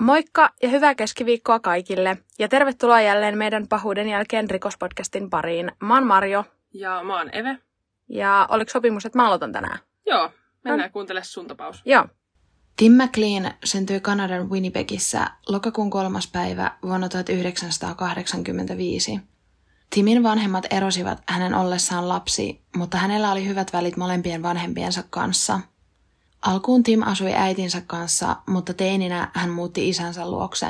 Moikka ja hyvää keskiviikkoa kaikille. Ja tervetuloa jälleen meidän pahuuden jälkeen rikospodcastin pariin. Mä oon Marjo. Ja mä oon Eve. Ja oliko sopimus, että mä aloitan tänään? Joo, mennään kuuntelemaan sun tapaus. Joo. Tim McLean syntyi Kanadan Winnipegissä lokakuun 3. päivä vuonna 1985. Timin vanhemmat erosivat hänen ollessaan lapsi, mutta hänellä oli hyvät välit molempien vanhempiensa kanssa. Alkuun Tim asui äitinsä kanssa, mutta teininä hän muutti isänsä luokse.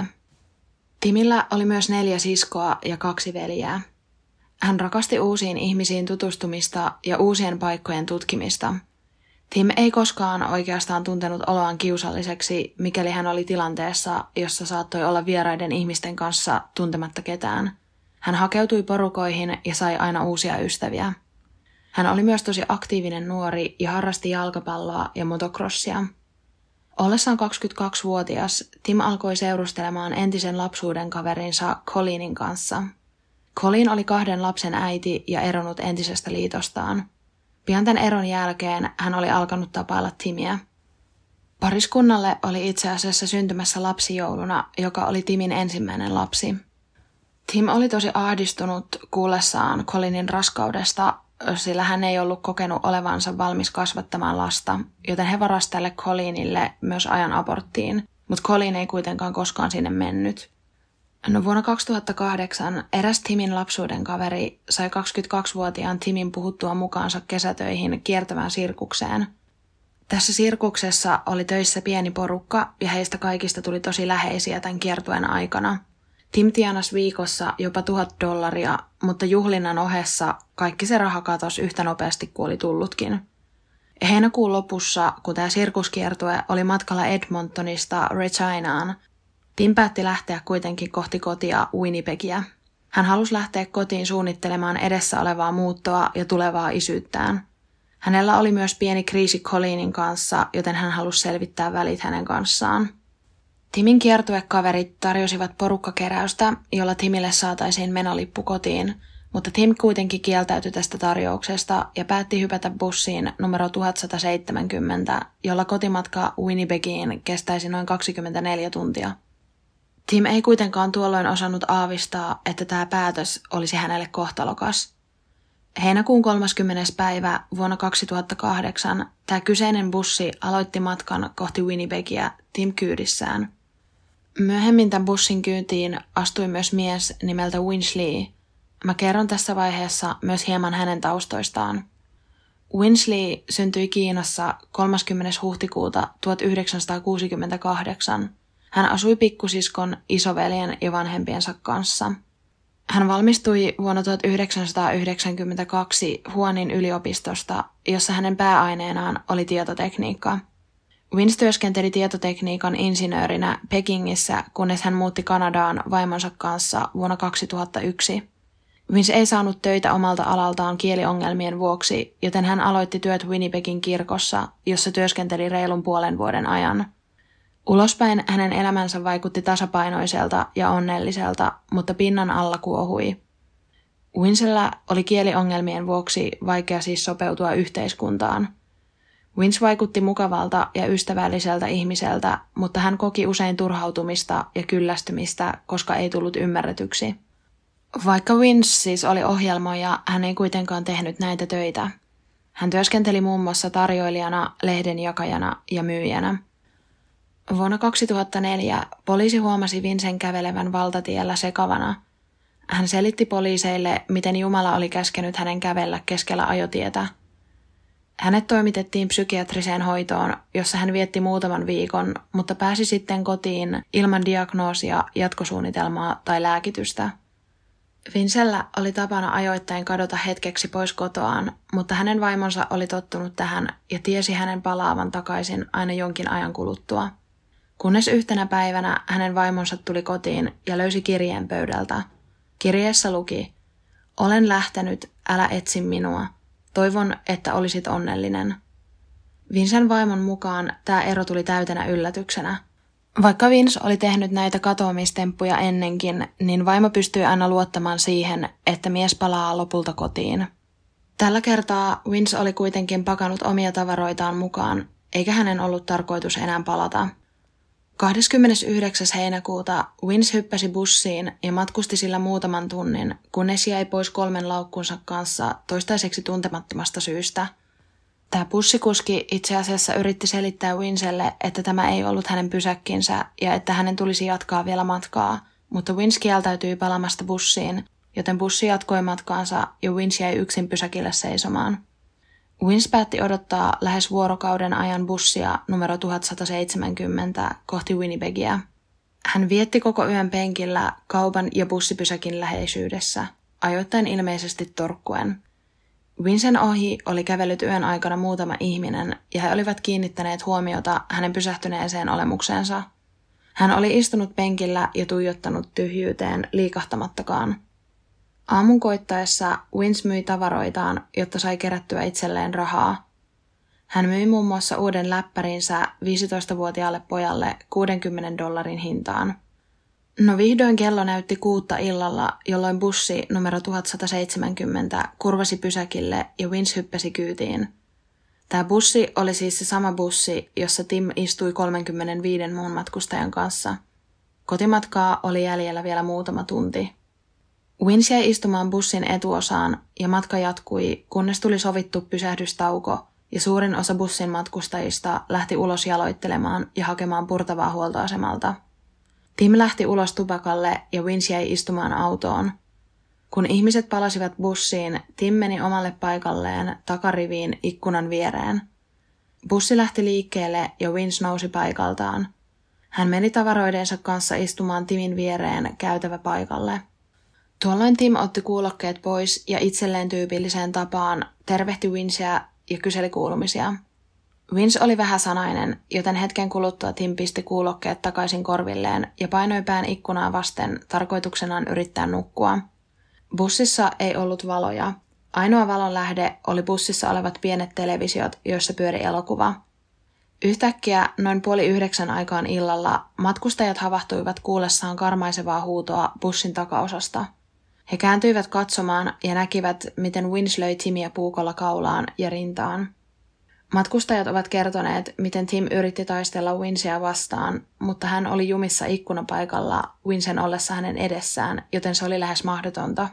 Timillä oli myös 4 siskoa ja 2 veljeä. Hän rakasti uusiin ihmisiin tutustumista ja uusien paikkojen tutkimista. Tim ei koskaan oikeastaan tuntenut oloaan kiusalliseksi, mikäli hän oli tilanteessa, jossa saattoi olla vieraiden ihmisten kanssa tuntematta ketään. Hän hakeutui porukoihin ja sai aina uusia ystäviä. Hän oli myös tosi aktiivinen nuori ja harrasti jalkapalloa ja motocrossia. Ollessaan 22-vuotias Tim alkoi seurustelemaan entisen lapsuuden kaverinsa Colleenin kanssa. Colleen oli 2 lapsen äiti ja eronnut entisestä liitostaan. Pian tämän eron jälkeen hän oli alkanut tapailla Timiä. Pariskunnalle oli itse asiassa syntymässä lapsijouluna, joka oli Timin ensimmäinen lapsi. Tim oli tosi ahdistunut kuullessaan Colleenin raskaudesta, sillä hän ei ollut kokenut olevansa valmis kasvattamaan lasta, joten he varasi tälle Colleenille myös ajan aborttiin, mutta Colleen ei kuitenkaan koskaan sinne mennyt. Vuonna 2008 eräs Timin lapsuuden kaveri sai 22-vuotiaan Timin puhuttua mukaansa kesätöihin kiertävään sirkukseen. Tässä sirkuksessa oli töissä pieni porukka ja heistä kaikista tuli tosi läheisiä tämän kiertueen aikana. Tim tienasi viikossa jopa $1,000, mutta juhlinnan ohessa kaikki se raha katosi yhtä nopeasti kuin oli tullutkin. Heinäkuun lopussa, kun tämä sirkuskiertue oli matkalla Edmontonista Reginaan, Tim päätti lähteä kuitenkin kohti kotia Winnipegiä. Hän halusi lähteä kotiin suunnittelemaan edessä olevaa muuttoa ja tulevaa isyyttään. Hänellä oli myös pieni kriisi Colleenin kanssa, joten hän halusi selvittää välit hänen kanssaan. Timin kiertuekaverit tarjosivat porukkakeräystä, jolla Timille saataisiin menolippu kotiin, mutta Tim kuitenkin kieltäytyi tästä tarjouksesta ja päätti hypätä bussiin numero 1170, jolla kotimatka Winnipegiin kestäisi noin 24 tuntia. Tim ei kuitenkaan tuolloin osannut aavistaa, että tämä päätös olisi hänelle kohtalokas. Heinäkuun 30. päivä vuonna 2008 tämä kyseinen bussi aloitti matkan kohti Winnipegiä Tim kyydissään. Myöhemmin tämän bussin kyytiin astui myös mies nimeltä Vince Lee. Mä kerron tässä vaiheessa myös hieman hänen taustoistaan. Vince Lee syntyi Kiinassa 30. huhtikuuta 1968. Hän asui pikkusiskon, isoveljen ja vanhempiensa kanssa. Hän valmistui vuonna 1992 Huanin yliopistosta, jossa hänen pääaineenaan oli tietotekniikka. Vince työskenteli tietotekniikan insinöörinä Pekingissä, kunnes hän muutti Kanadaan vaimonsa kanssa vuonna 2001. Vince ei saanut töitä omalta alaltaan kieliongelmien vuoksi, joten hän aloitti työt Winnipegin kirkossa, jossa työskenteli reilun puolen vuoden ajan. Ulospäin hänen elämänsä vaikutti tasapainoiselta ja onnelliselta, mutta pinnan alla kuohui. Vincellä oli kieliongelmien vuoksi vaikea siis sopeutua yhteiskuntaan. Vince vaikutti mukavalta ja ystävälliseltä ihmiseltä, mutta hän koki usein turhautumista ja kyllästymistä, koska ei tullut ymmärretyksi. Vaikka Vince siis oli ohjelmoija, hän ei kuitenkaan tehnyt näitä töitä. Hän työskenteli muun muassa tarjoilijana, lehdenjakajana ja myyjänä. Vuonna 2004 poliisi huomasi Vincen kävelevän valtatiellä sekavana. Hän selitti poliiseille, miten Jumala oli käskenyt hänen kävellä keskellä ajotietä. Hänet toimitettiin psykiatriseen hoitoon, jossa hän vietti muutaman viikon, mutta pääsi sitten kotiin ilman diagnoosia, jatkosuunnitelmaa tai lääkitystä. Vincellä oli tapana ajoittain kadota hetkeksi pois kotoaan, mutta hänen vaimonsa oli tottunut tähän ja tiesi hänen palaavan takaisin aina jonkin ajan kuluttua. Kunnes yhtenä päivänä hänen vaimonsa tuli kotiin ja löysi kirjeen pöydältä. Kirjeessä luki: "Olen lähtenyt, älä etsi minua. Toivon, että olisit onnellinen." Vincen vaimon mukaan tämä ero tuli täytenä yllätyksenä. Vaikka Vince oli tehnyt näitä katoamistemppuja ennenkin, niin vaimo pystyi aina luottamaan siihen, että mies palaa lopulta kotiin. Tällä kertaa Vince oli kuitenkin pakannut omia tavaroitaan mukaan, eikä hänen ollut tarkoitus enää palata. 29. heinäkuuta Vince hyppäsi bussiin ja matkusti sillä muutaman tunnin, kunnes jäi pois 3 laukkunsa kanssa toistaiseksi tuntemattomasta syystä. Tämä bussikuski itse asiassa yritti selittää Vincelle, että tämä ei ollut hänen pysäkkinsä ja että hänen tulisi jatkaa vielä matkaa, mutta Vince kieltäytyi palamasta bussiin, joten bussi jatkoi matkaansa ja Vince jäi yksin pysäkille seisomaan. Vince päätti odottaa lähes vuorokauden ajan bussia numero 1170 kohti Winnipegia. Hän vietti koko yön penkillä kaupan ja bussipysäkin läheisyydessä, ajoittain ilmeisesti torkkuen. Vincen ohi oli kävellyt yön aikana muutama ihminen ja he olivat kiinnittäneet huomiota hänen pysähtyneeseen olemukseensa. Hän oli istunut penkillä ja tuijottanut tyhjyyteen liikahtamattakaan. Aamun koittaessa Vince myi tavaroitaan, jotta sai kerättyä itselleen rahaa. Hän myi muun muassa uuden läppärinsä 15-vuotiaalle pojalle $60 hintaan. No vihdoin kello näytti 6 illalla, jolloin bussi numero 1170 kurvasi pysäkille ja Vince hyppäsi kyytiin. Tämä bussi oli siis se sama bussi, jossa Tim istui 35 muun matkustajan kanssa. Kotimatkaa oli jäljellä vielä muutama tunti. Vince jäi istumaan bussin etuosaan ja matka jatkui, kunnes tuli sovittu pysähdystauko ja suurin osa bussin matkustajista lähti ulos jaloittelemaan ja hakemaan purtavaa huoltoasemalta. Tim lähti ulos tupakalle ja Vince jäi istumaan autoon. Kun ihmiset palasivat bussiin, Tim meni omalle paikalleen takariviin ikkunan viereen. Bussi lähti liikkeelle ja Vince nousi paikaltaan. Hän meni tavaroidensa kanssa istumaan Timin viereen käytäväpaikalle. Tuolloin Tim otti kuulokkeet pois ja itselleen tyypilliseen tapaan tervehti Vinceä ja kyseli kuulumisia. Vince oli vähäsanainen, joten hetken kuluttua Tim pisti kuulokkeet takaisin korvilleen ja painoi pään ikkunaa vasten tarkoituksenaan yrittää nukkua. Bussissa ei ollut valoja. Ainoa valon lähde oli bussissa olevat pienet televisiot, joissa pyöri elokuva. Yhtäkkiä noin 8:30 aikaan illalla matkustajat havahtuivat kuullessaan karmaisevaa huutoa bussin takaosasta. He kääntyivät katsomaan ja näkivät, miten Vince löi Timia puukolla kaulaan ja rintaan. Matkustajat ovat kertoneet, miten Tim yritti taistella Vincea vastaan, mutta hän oli jumissa ikkunapaikalla Vincen ollessa hänen edessään, joten se oli lähes mahdotonta.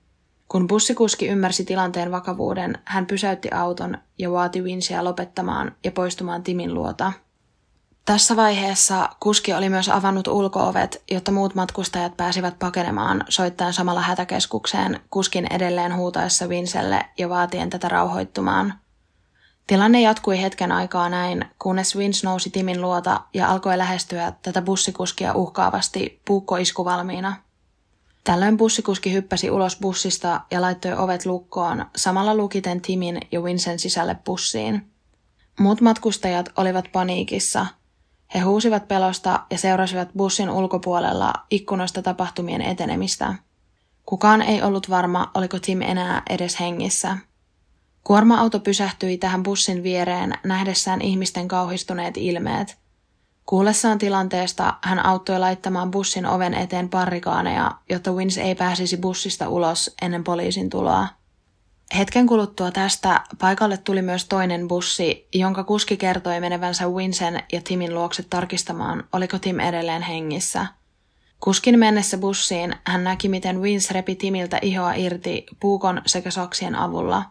Kun bussikuski ymmärsi tilanteen vakavuuden, hän pysäytti auton ja vaati Vincea lopettamaan ja poistumaan Timin luota. Tässä vaiheessa kuski oli myös avannut ulko-ovet, jotta muut matkustajat pääsivät pakenemaan soittaen samalla hätäkeskukseen kuskin edelleen huutaessa Vincelle ja vaatien tätä rauhoittumaan. Tilanne jatkui hetken aikaa näin, kunnes Vince nousi Timin luota ja alkoi lähestyä tätä bussikuskia uhkaavasti puukkoiskuvalmiina. Tällöin bussikuski hyppäsi ulos bussista ja laittoi ovet lukkoon, samalla lukiten Timin ja Vincen sisälle bussiin. Muut matkustajat olivat paniikissa. He huusivat pelosta ja seurasivat bussin ulkopuolella ikkunoista tapahtumien etenemistä. Kukaan ei ollut varma, oliko Tim enää edes hengissä. Kuorma-auto pysähtyi tähän bussin viereen nähdessään ihmisten kauhistuneet ilmeet. Kuullessaan tilanteesta hän auttoi laittamaan bussin oven eteen barrikaaneja, jotta Vince ei pääsisi bussista ulos ennen poliisin tuloa. Hetken kuluttua tästä paikalle tuli myös toinen bussi, jonka kuski kertoi menevänsä Vincen ja Timin luokse tarkistamaan, oliko Tim edelleen hengissä. Kuskin mennessä bussiin hän näki, miten Vince repi Timiltä ihoa irti puukon sekä saksien avulla.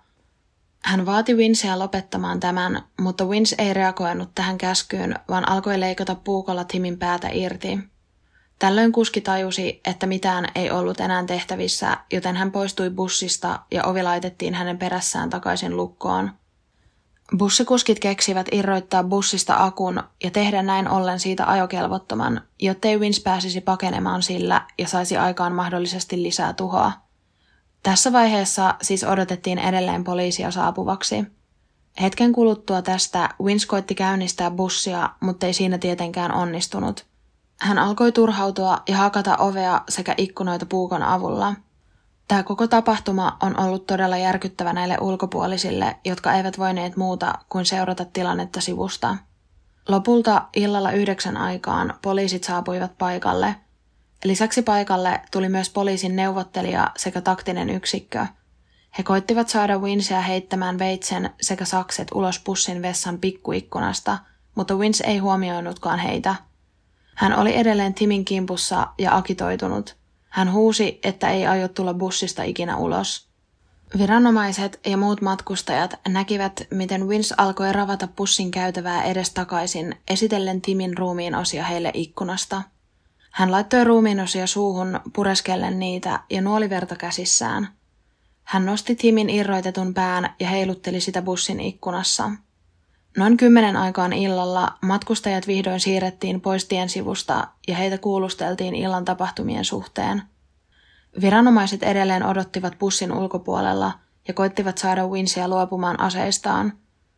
Hän vaati Vincea lopettamaan tämän, mutta Vince ei reagoinut tähän käskyyn, vaan alkoi leikata puukolla Timin päätä irti. Tällöin kuski tajusi, että mitään ei ollut enää tehtävissä, joten hän poistui bussista ja ovi laitettiin hänen perässään takaisin lukkoon. Bussikuskit keksivät irroittaa bussista akun ja tehdä näin ollen siitä ajokelvottoman, jottei Vince pääsisi pakenemaan sillä ja saisi aikaan mahdollisesti lisää tuhoa. Tässä vaiheessa siis odotettiin edelleen poliisia saapuvaksi. Hetken kuluttua tästä Vince koitti käynnistää bussia, mutta ei siinä tietenkään onnistunut. Hän alkoi turhautua ja hakata ovea sekä ikkunoita puukon avulla. Tämä koko tapahtuma on ollut todella järkyttävä näille ulkopuolisille, jotka eivät voineet muuta kuin seurata tilannetta sivusta. Lopulta illalla 9 aikaan poliisit saapuivat paikalle. Lisäksi paikalle tuli myös poliisin neuvottelija sekä taktinen yksikkö. He koittivat saada Vincea heittämään veitsen sekä sakset ulos bussin vessan pikkuikkunasta, mutta Vince ei huomioinutkaan heitä. Hän oli edelleen Timin kimpussa ja agitoitunut. Hän huusi, että ei aio tulla bussista ikinä ulos. Viranomaiset ja muut matkustajat näkivät, miten Vince alkoi ravata bussin käytävää edestakaisin esitellen Timin ruumiinosia heille ikkunasta. Hän laittoi ruumiinosia suuhun pureskellen niitä ja nuoli verta käsissään. Hän nosti Timin irroitetun pään ja heilutteli sitä bussin ikkunassa. Noin 10 aikaan illalla matkustajat vihdoin siirrettiin pois tien sivusta ja heitä kuulusteltiin illan tapahtumien suhteen. Viranomaiset edelleen odottivat bussin ulkopuolella ja koittivat saada Vincea luopumaan aseistaan.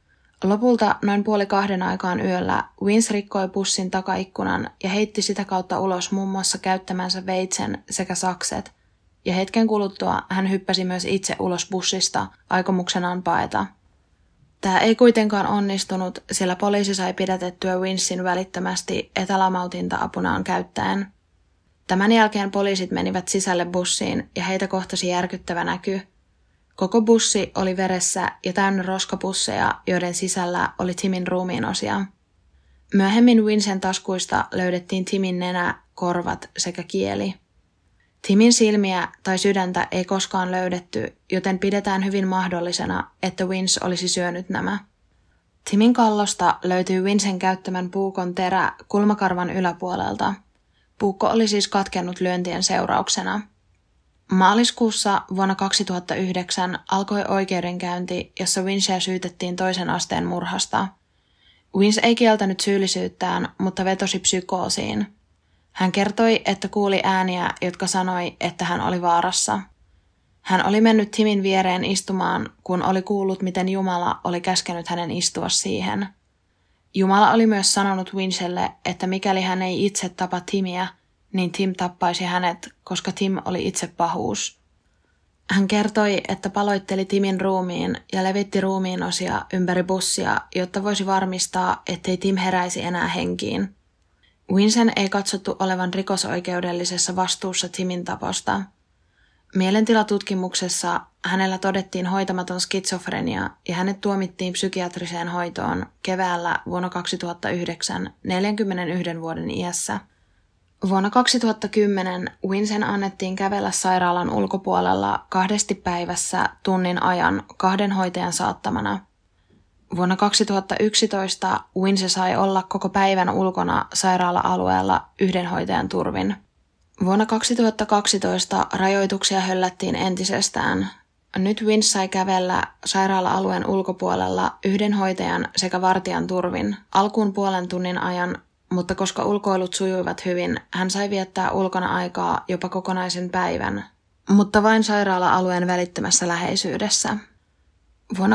Lopulta noin 1:30 aikaan yöllä Vince rikkoi bussin takaikkunan ja heitti sitä kautta ulos muun muassa käyttämänsä veitsen sekä sakset, ja hetken kuluttua hän hyppäsi myös itse ulos bussista aikomuksenaan paeta. Tämä ei kuitenkaan onnistunut, sillä poliisi sai pidätettyä Vincen välittömästi etälamautinta apunaan käyttäen. Tämän jälkeen poliisit menivät sisälle bussiin ja heitä kohtasi järkyttävä näky. Koko bussi oli veressä ja täynnä roskapusseja, joiden sisällä oli Timin ruumiinosia. Myöhemmin Vincen taskuista löydettiin Timin nenä, korvat sekä kieli. Timin silmiä tai sydäntä ei koskaan löydetty, joten pidetään hyvin mahdollisena, että Vince olisi syönyt nämä. Timin kallosta löytyy Vincen käyttämän puukon terä kulmakarvan yläpuolelta. Puukko oli siis katkennut lyöntien seurauksena. Maaliskuussa vuonna 2009 alkoi oikeudenkäynti, jossa Vincea syytettiin toisen asteen murhasta. Vince ei kieltänyt syyllisyyttään, mutta vetosi psykoosiin. Hän kertoi, että kuuli ääniä, jotka sanoi, että hän oli vaarassa. Hän oli mennyt Timin viereen istumaan, kun oli kuullut, miten Jumala oli käskenyt hänen istua siihen. Jumala oli myös sanonut Vincelle, että mikäli hän ei itse tapa Timiä, niin Tim tappaisi hänet, koska Tim oli itse pahuus. Hän kertoi, että paloitteli Timin ruumiin ja levitti ruumiinosia ympäri bussia, jotta voisi varmistaa, ettei Tim heräisi enää henkiin. Vincen ei katsottu olevan rikosoikeudellisessa vastuussa Timin taposta. Mielentilatutkimuksessa hänellä todettiin hoitamaton skitsofrenia ja hänet tuomittiin psykiatriseen hoitoon keväällä vuonna 2009 41 vuoden iässä. Vuonna 2010 Vincen annettiin kävellä sairaalan ulkopuolella 2 päivässä tunnin ajan 2 hoitajan saattamana. Vuonna 2011 Vince sai olla koko päivän ulkona sairaala-alueella 1 hoitajan turvin. Vuonna 2012 rajoituksia höllättiin entisestään. Nyt Vince sai kävellä sairaala-alueen ulkopuolella 1 hoitajan sekä vartijan turvin alkuun 0,5 tunnin ajan, mutta koska ulkoilut sujuivat hyvin, hän sai viettää ulkona aikaa jopa kokonaisen päivän, mutta vain sairaala-alueen välittömässä läheisyydessä. Vuonna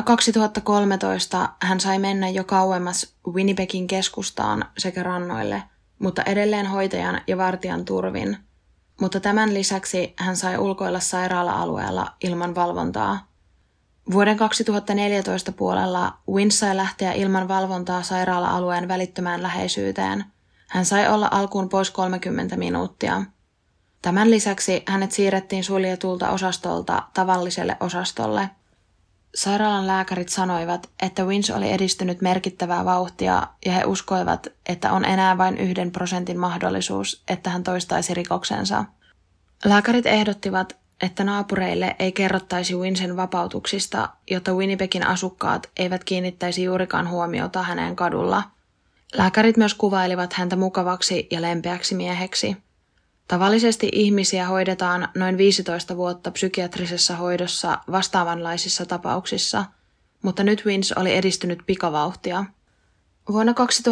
2013 hän sai mennä jo kauemmas Winnipegin keskustaan sekä rannoille, mutta edelleen hoitajan ja vartijan turvin. Mutta tämän lisäksi hän sai ulkoilla sairaala-alueella ilman valvontaa. Vuoden 2014 puolella Vince sai lähteä ilman valvontaa sairaala-alueen välittömään läheisyyteen. Hän sai olla alkuun pois 30 minuuttia. Tämän lisäksi hänet siirrettiin suljetulta osastolta tavalliselle osastolle. Sairaalan lääkärit sanoivat, että Vince oli edistynyt merkittävää vauhtia ja he uskoivat, että on enää vain 1% mahdollisuus, että hän toistaisi rikoksensa. Lääkärit ehdottivat, että naapureille ei kerrottaisi Vincen vapautuksista, jotta Winnipegin asukkaat eivät kiinnittäisi juurikaan huomiota häneen kadulla. Lääkärit myös kuvailivat häntä mukavaksi ja lempeäksi mieheksi. Tavallisesti ihmisiä hoidetaan noin 15 vuotta psykiatrisessa hoidossa vastaavanlaisissa tapauksissa, mutta nyt Vince oli edistynyt pikavauhtia. Vuonna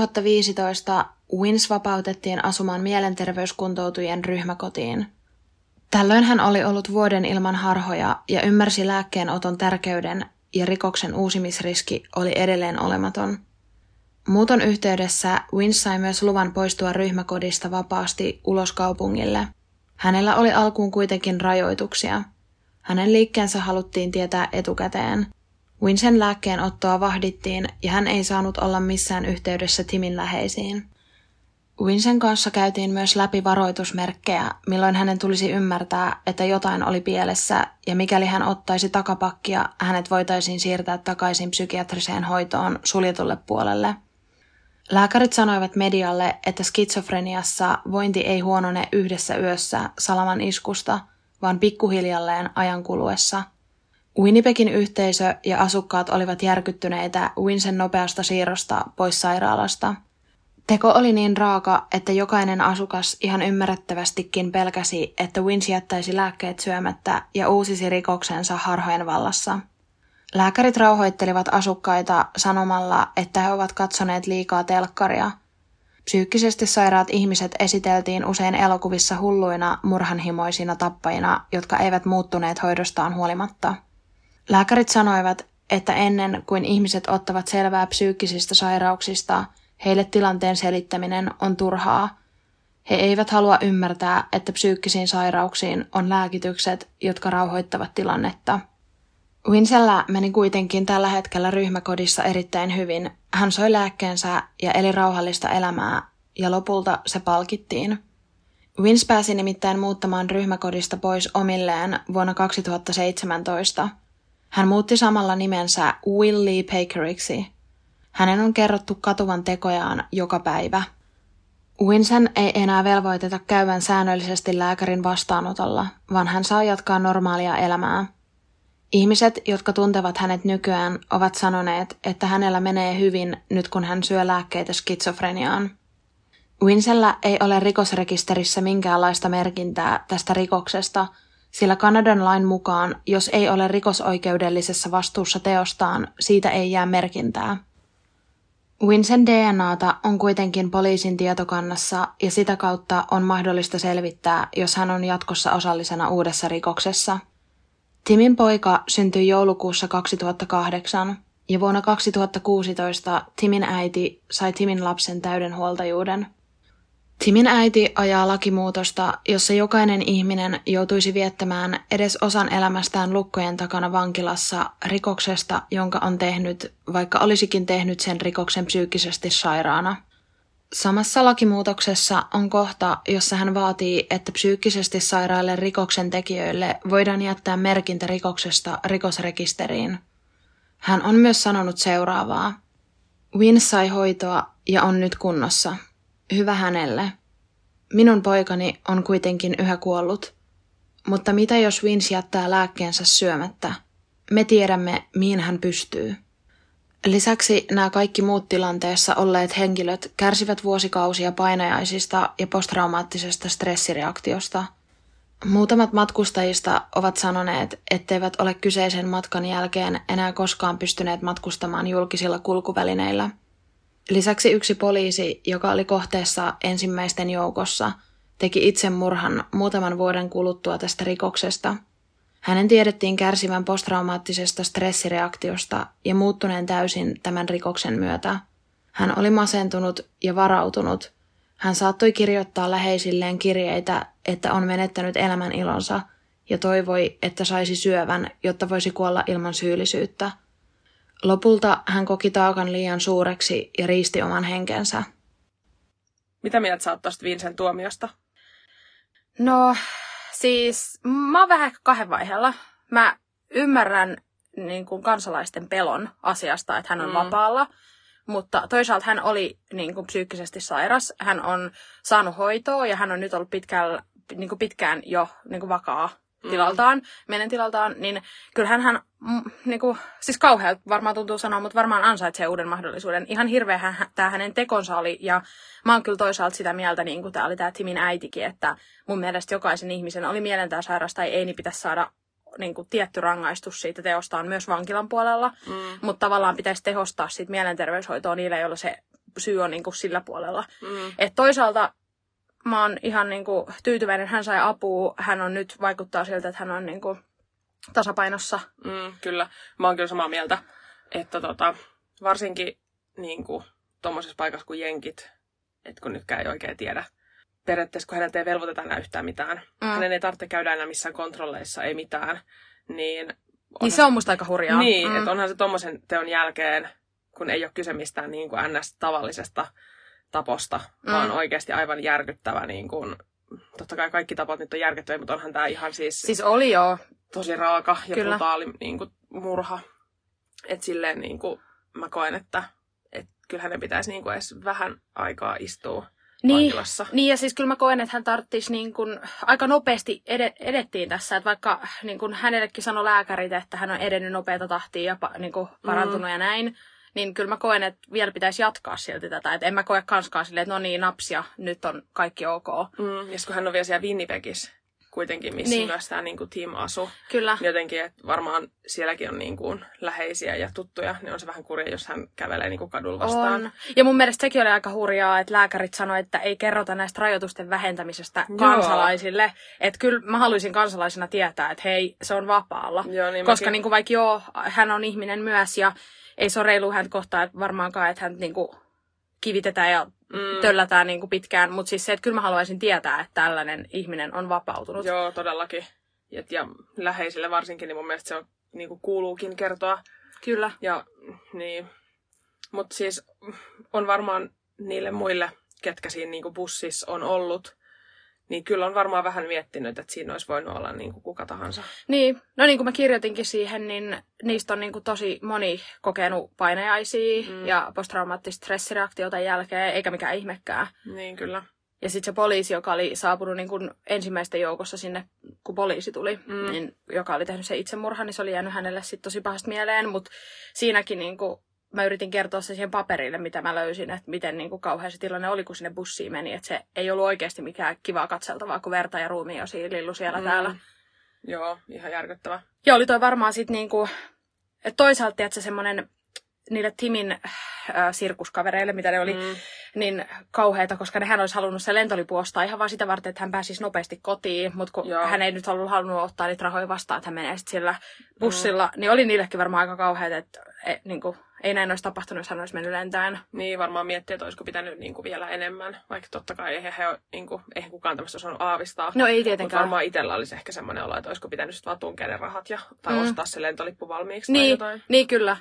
2015 Vince vapautettiin asumaan mielenterveyskuntoutujien ryhmäkotiin. Tällöin hän oli ollut vuoden ilman harhoja ja ymmärsi lääkkeenoton tärkeyden ja rikoksen uusimisriski oli edelleen olematon. Muuton yhteydessä Vince sai myös luvan poistua ryhmäkodista vapaasti ulos kaupungille. Hänellä oli alkuun kuitenkin rajoituksia. Hänen liikkeensä haluttiin tietää etukäteen. Vincen lääkkeenottoa vahdittiin ja hän ei saanut olla missään yhteydessä Timin läheisiin. Vincen kanssa käytiin myös läpi varoitusmerkkejä, milloin hänen tulisi ymmärtää, että jotain oli pielessä ja mikäli hän ottaisi takapakkia, hänet voitaisiin siirtää takaisin psykiatriseen hoitoon suljetulle puolelle. Lääkärit sanoivat medialle, että skitsofreniassa vointi ei huonone yhdessä yössä salaman iskusta, vaan pikkuhiljalleen ajan kuluessa. Winnipegin yhteisö ja asukkaat olivat järkyttyneitä Winsen nopeasta siirrosta pois sairaalasta. Teko oli niin raaka, että jokainen asukas ihan ymmärrettävästikin pelkäsi, että Wins jättäisi lääkkeet syömättä ja uusisi rikoksensa harhojen vallassa. Lääkärit rauhoittelivat asukkaita sanomalla, että he ovat katsoneet liikaa telkkaria. Psyykkisesti sairaat ihmiset esiteltiin usein elokuvissa hulluina, murhanhimoisina tappajina, jotka eivät muuttuneet hoidostaan huolimatta. Lääkärit sanoivat, että ennen kuin ihmiset ottavat selvää psyykkisistä sairauksista, heille tilanteen selittäminen on turhaa. He eivät halua ymmärtää, että psyykkisiin sairauksiin on lääkitykset, jotka rauhoittavat tilannetta. Winsellä meni kuitenkin tällä hetkellä ryhmäkodissa erittäin hyvin. Hän soi lääkkeensä ja eli rauhallista elämää, ja lopulta se palkittiin. Wins pääsi nimittäin muuttamaan ryhmäkodista pois omilleen vuonna 2017. Hän muutti samalla nimensä Willie Bakeriksi. Hänen on kerrottu katuvan tekojaan joka päivä. Winsen ei enää velvoiteta käyvän säännöllisesti lääkärin vastaanotolla, vaan hän saa jatkaa normaalia elämää. Ihmiset, jotka tuntevat hänet nykyään, ovat sanoneet, että hänellä menee hyvin nyt kun hän syö lääkkeitä skitsofreniaan. Winsellä ei ole rikosrekisterissä minkäänlaista merkintää tästä rikoksesta, sillä Kanadan lain mukaan, jos ei ole rikosoikeudellisessa vastuussa teostaan, siitä ei jää merkintää. Winsen DNAta on kuitenkin poliisin tietokannassa ja sitä kautta on mahdollista selvittää, jos hän on jatkossa osallisena uudessa rikoksessa. Timin poika syntyi joulukuussa 2008 ja vuonna 2016 Timin äiti sai Timin lapsen täyden huoltajuuden. Timin äiti ajaa lakimuutosta, jossa jokainen ihminen joutuisi viettämään edes osan elämästään lukkojen takana vankilassa rikoksesta, jonka on tehnyt, vaikka olisikin tehnyt sen rikoksen psyykkisesti sairaana. Samassa lakimuutoksessa on kohta, jossa hän vaatii, että psyykkisesti sairaille rikoksen tekijöille voidaan jättää merkintä rikoksesta rikosrekisteriin. Hän on myös sanonut seuraavaa. Wins sai hoitoa ja on nyt kunnossa. Hyvä hänelle. Minun poikani on kuitenkin yhä kuollut. Mutta mitä jos Wins jättää lääkkeensä syömättä? Me tiedämme, mihin hän pystyy. Lisäksi nämä kaikki muut tilanteessa olleet henkilöt kärsivät vuosikausia painajaisista ja posttraumaattisesta stressireaktiosta. Muutamat matkustajista ovat sanoneet, etteivät ole kyseisen matkan jälkeen enää koskaan pystyneet matkustamaan julkisilla kulkuvälineillä. Lisäksi yksi poliisi, joka oli kohteessa ensimmäisten joukossa, teki itsemurhan muutaman vuoden kuluttua tästä rikoksesta. Hänen tiedettiin kärsivän posttraumaattisesta stressireaktiosta ja muuttuneen täysin tämän rikoksen myötä. Hän oli masentunut ja varautunut. Hän saattoi kirjoittaa läheisilleen kirjeitä, että on menettänyt elämän ilonsa ja toivoi, että saisi syövän, jotta voisi kuolla ilman syyllisyyttä. Lopulta hän koki taakan liian suureksi ja riisti oman henkensä. Mitä mieltä sä oot tosta Vincen tuomiosta? No, siis mä oon vähän kahden vaiheella. Mä ymmärrän niin kuin kansalaisten pelon asiasta, että hän on vapaalla. Mutta toisaalta hän oli niin kuin psyykkisesti sairas. Hän on saanut hoitoa ja hän on nyt ollut pitkään jo niin kuin vakaa tilaltaan, tilaltaan, niin kyllähän hän, niin kuin, siis kauhealta varmaan tuntuu sanoa, mutta varmaan ansaitsee uuden mahdollisuuden. Ihan hirveä tämä hänen tekonsa oli, ja mä oon kyllä toisaalta sitä mieltä, niin kuin tämä oli tämä Timin äitikin, että mun mielestä jokaisen ihmisen oli mielentää sairas tai ei, niin pitäisi saada niin kuin tietty rangaistus siitä teostaan myös vankilan puolella, mutta tavallaan pitäisi tehostaa siitä mielenterveyshoitoa niille, joilla se syy on niin kuin sillä puolella. Et toisaalta mä oon ihan niin kuin tyytyväinen, hän sai apua, hän on nyt, vaikuttaa siltä, että hän on niin kuin tasapainossa. Kyllä, mä oon kyllä samaa mieltä, että varsinkin niin kuin tommosessa paikassa kuin jenkit, että kun nytkään ei oikein tiedä, periaatteessa kun häneltä ei velvoiteta enää yhtään mitään, hänen ei tarvitse käydä enää missään kontrolleissa, ei mitään, niin se on musta aika hurjaa. Niin, että onhan se tommosen teon jälkeen, kun ei ole kyse mistään niin kuin ns-tavallisesta taposta, vaan oikeasti aivan järkyttävä, niin kuin, totta kai kaikki tapot nyt on järkyttäviä, mutta onhan tämä ihan siis oli joo. Tosi raaka ja Kyllä. brutaali niin kuin, murha. Että silleen niin kuin, mä koen, että kyllä hänen pitäisi niin kuin edes vähän aikaa istua Niin, vankilassa. niin, ja siis kyllä mä koen, että hän tarvitsisi niin kuin, aika nopeasti edettiin tässä, että vaikka niin kuin hänellekin sanoi lääkärit, että hän on edennyt nopeata tahtia ja niin kuin parantunut ja näin, niin kyllä mä koen, että vielä pitäisi jatkaa silti tätä. Että en mä koe kanskaan silleen, että no niin, napsia, nyt on kaikki ok. Ja kun hän on vielä siellä Winnipegissä kuitenkin, missä Niin. myös tämä niin kuin Tim asuu. Kyllä. Jotenkin, että varmaan sielläkin on niin kuin läheisiä ja tuttuja, niin on se vähän kurja, jos hän kävelee niin kuin kadulla vastaan. On. Ja mun mielestä sekin oli aika hurjaa, että lääkärit sanoivat, että ei kerrota näistä rajoitusten vähentämisestä kansalaisille. Että kyllä mä haluaisin kansalaisena tietää, että hei, se on vapaalla. Joo, niin koska mäkin. niin kuin vaikka joo, hän on ihminen myös ja ei se ole reilu häntä kohtaan varmaankaan, että hän niin kuin kivitetään ja töllätään niin kuin pitkään. Mutta siis se, että kyllä mä haluaisin tietää, että tällainen ihminen on vapautunut. Joo, todellakin. Ja läheisille varsinkin, niin mun mielestä se on, niin kuin kuuluukin kertoa. Kyllä. Ja niin. Mutta siis on varmaan niille muille, ketkä siinä niin kuin bussissa on ollut, niin kyllä on varmaan vähän miettinyt, että siinä olisi voinut olla niin kuin kuka tahansa. Niin, no niin kuin mä kirjoitinkin siihen, niin niistä on niin kuin tosi moni kokenut painajaisia ja posttraumaattista stressireaktiota jälkeen, eikä mikään ihmekään. Niin, kyllä. Ja sitten se poliisi, joka oli saapunut niin kuin ensimmäisten joukossa sinne, kun poliisi tuli, niin, joka oli tehnyt sen itsemurhan, niin se oli jäänyt hänelle sitten tosi pahasti mieleen. Mutta siinäkin niin kuin, mä yritin kertoa se siihen paperille, mitä mä löysin, että miten niin kuin kauhea se tilanne oli, kun sinne bussiin meni. Että se ei ollut oikeasti mikään kivaa katseltavaa, kun verta ja ruumiinosia lillu siellä täällä. Joo, ihan järkyttävä. Ja oli toi varmaan sitten niinku, että toisaalta tiedätkö, semmoinen niille Timin sirkuskavereille, mitä ne oli, niin kauheita, koska nehän olisi halunnut se lentolippu ostaa ihan vaan sitä varten, että hän pääsisi nopeasti kotiin, mutta kun hän ei nyt halunnut ottaa niitä rahoja vastaan, että hän menee sitten sillä bussilla, niin oli niillekin varmaan aika kauheita, että niinku, ei näin olisi tapahtunut, jos hän olisi mennyt lentäen. Niin, varmaan miettiä, että olisiko pitänyt niin kuin vielä enemmän, vaikka totta kai eihän kukaan tämmöistä osannut aavistaa. No ei Mutta tietenkään. varmaan itsellä olisi ehkä semmoinen olo, että olisiko pitänyt sitten vaan tunkea ne rahat tai ostaa se lentolippu valmiiksi tai Niin, jotain. niin kyllä.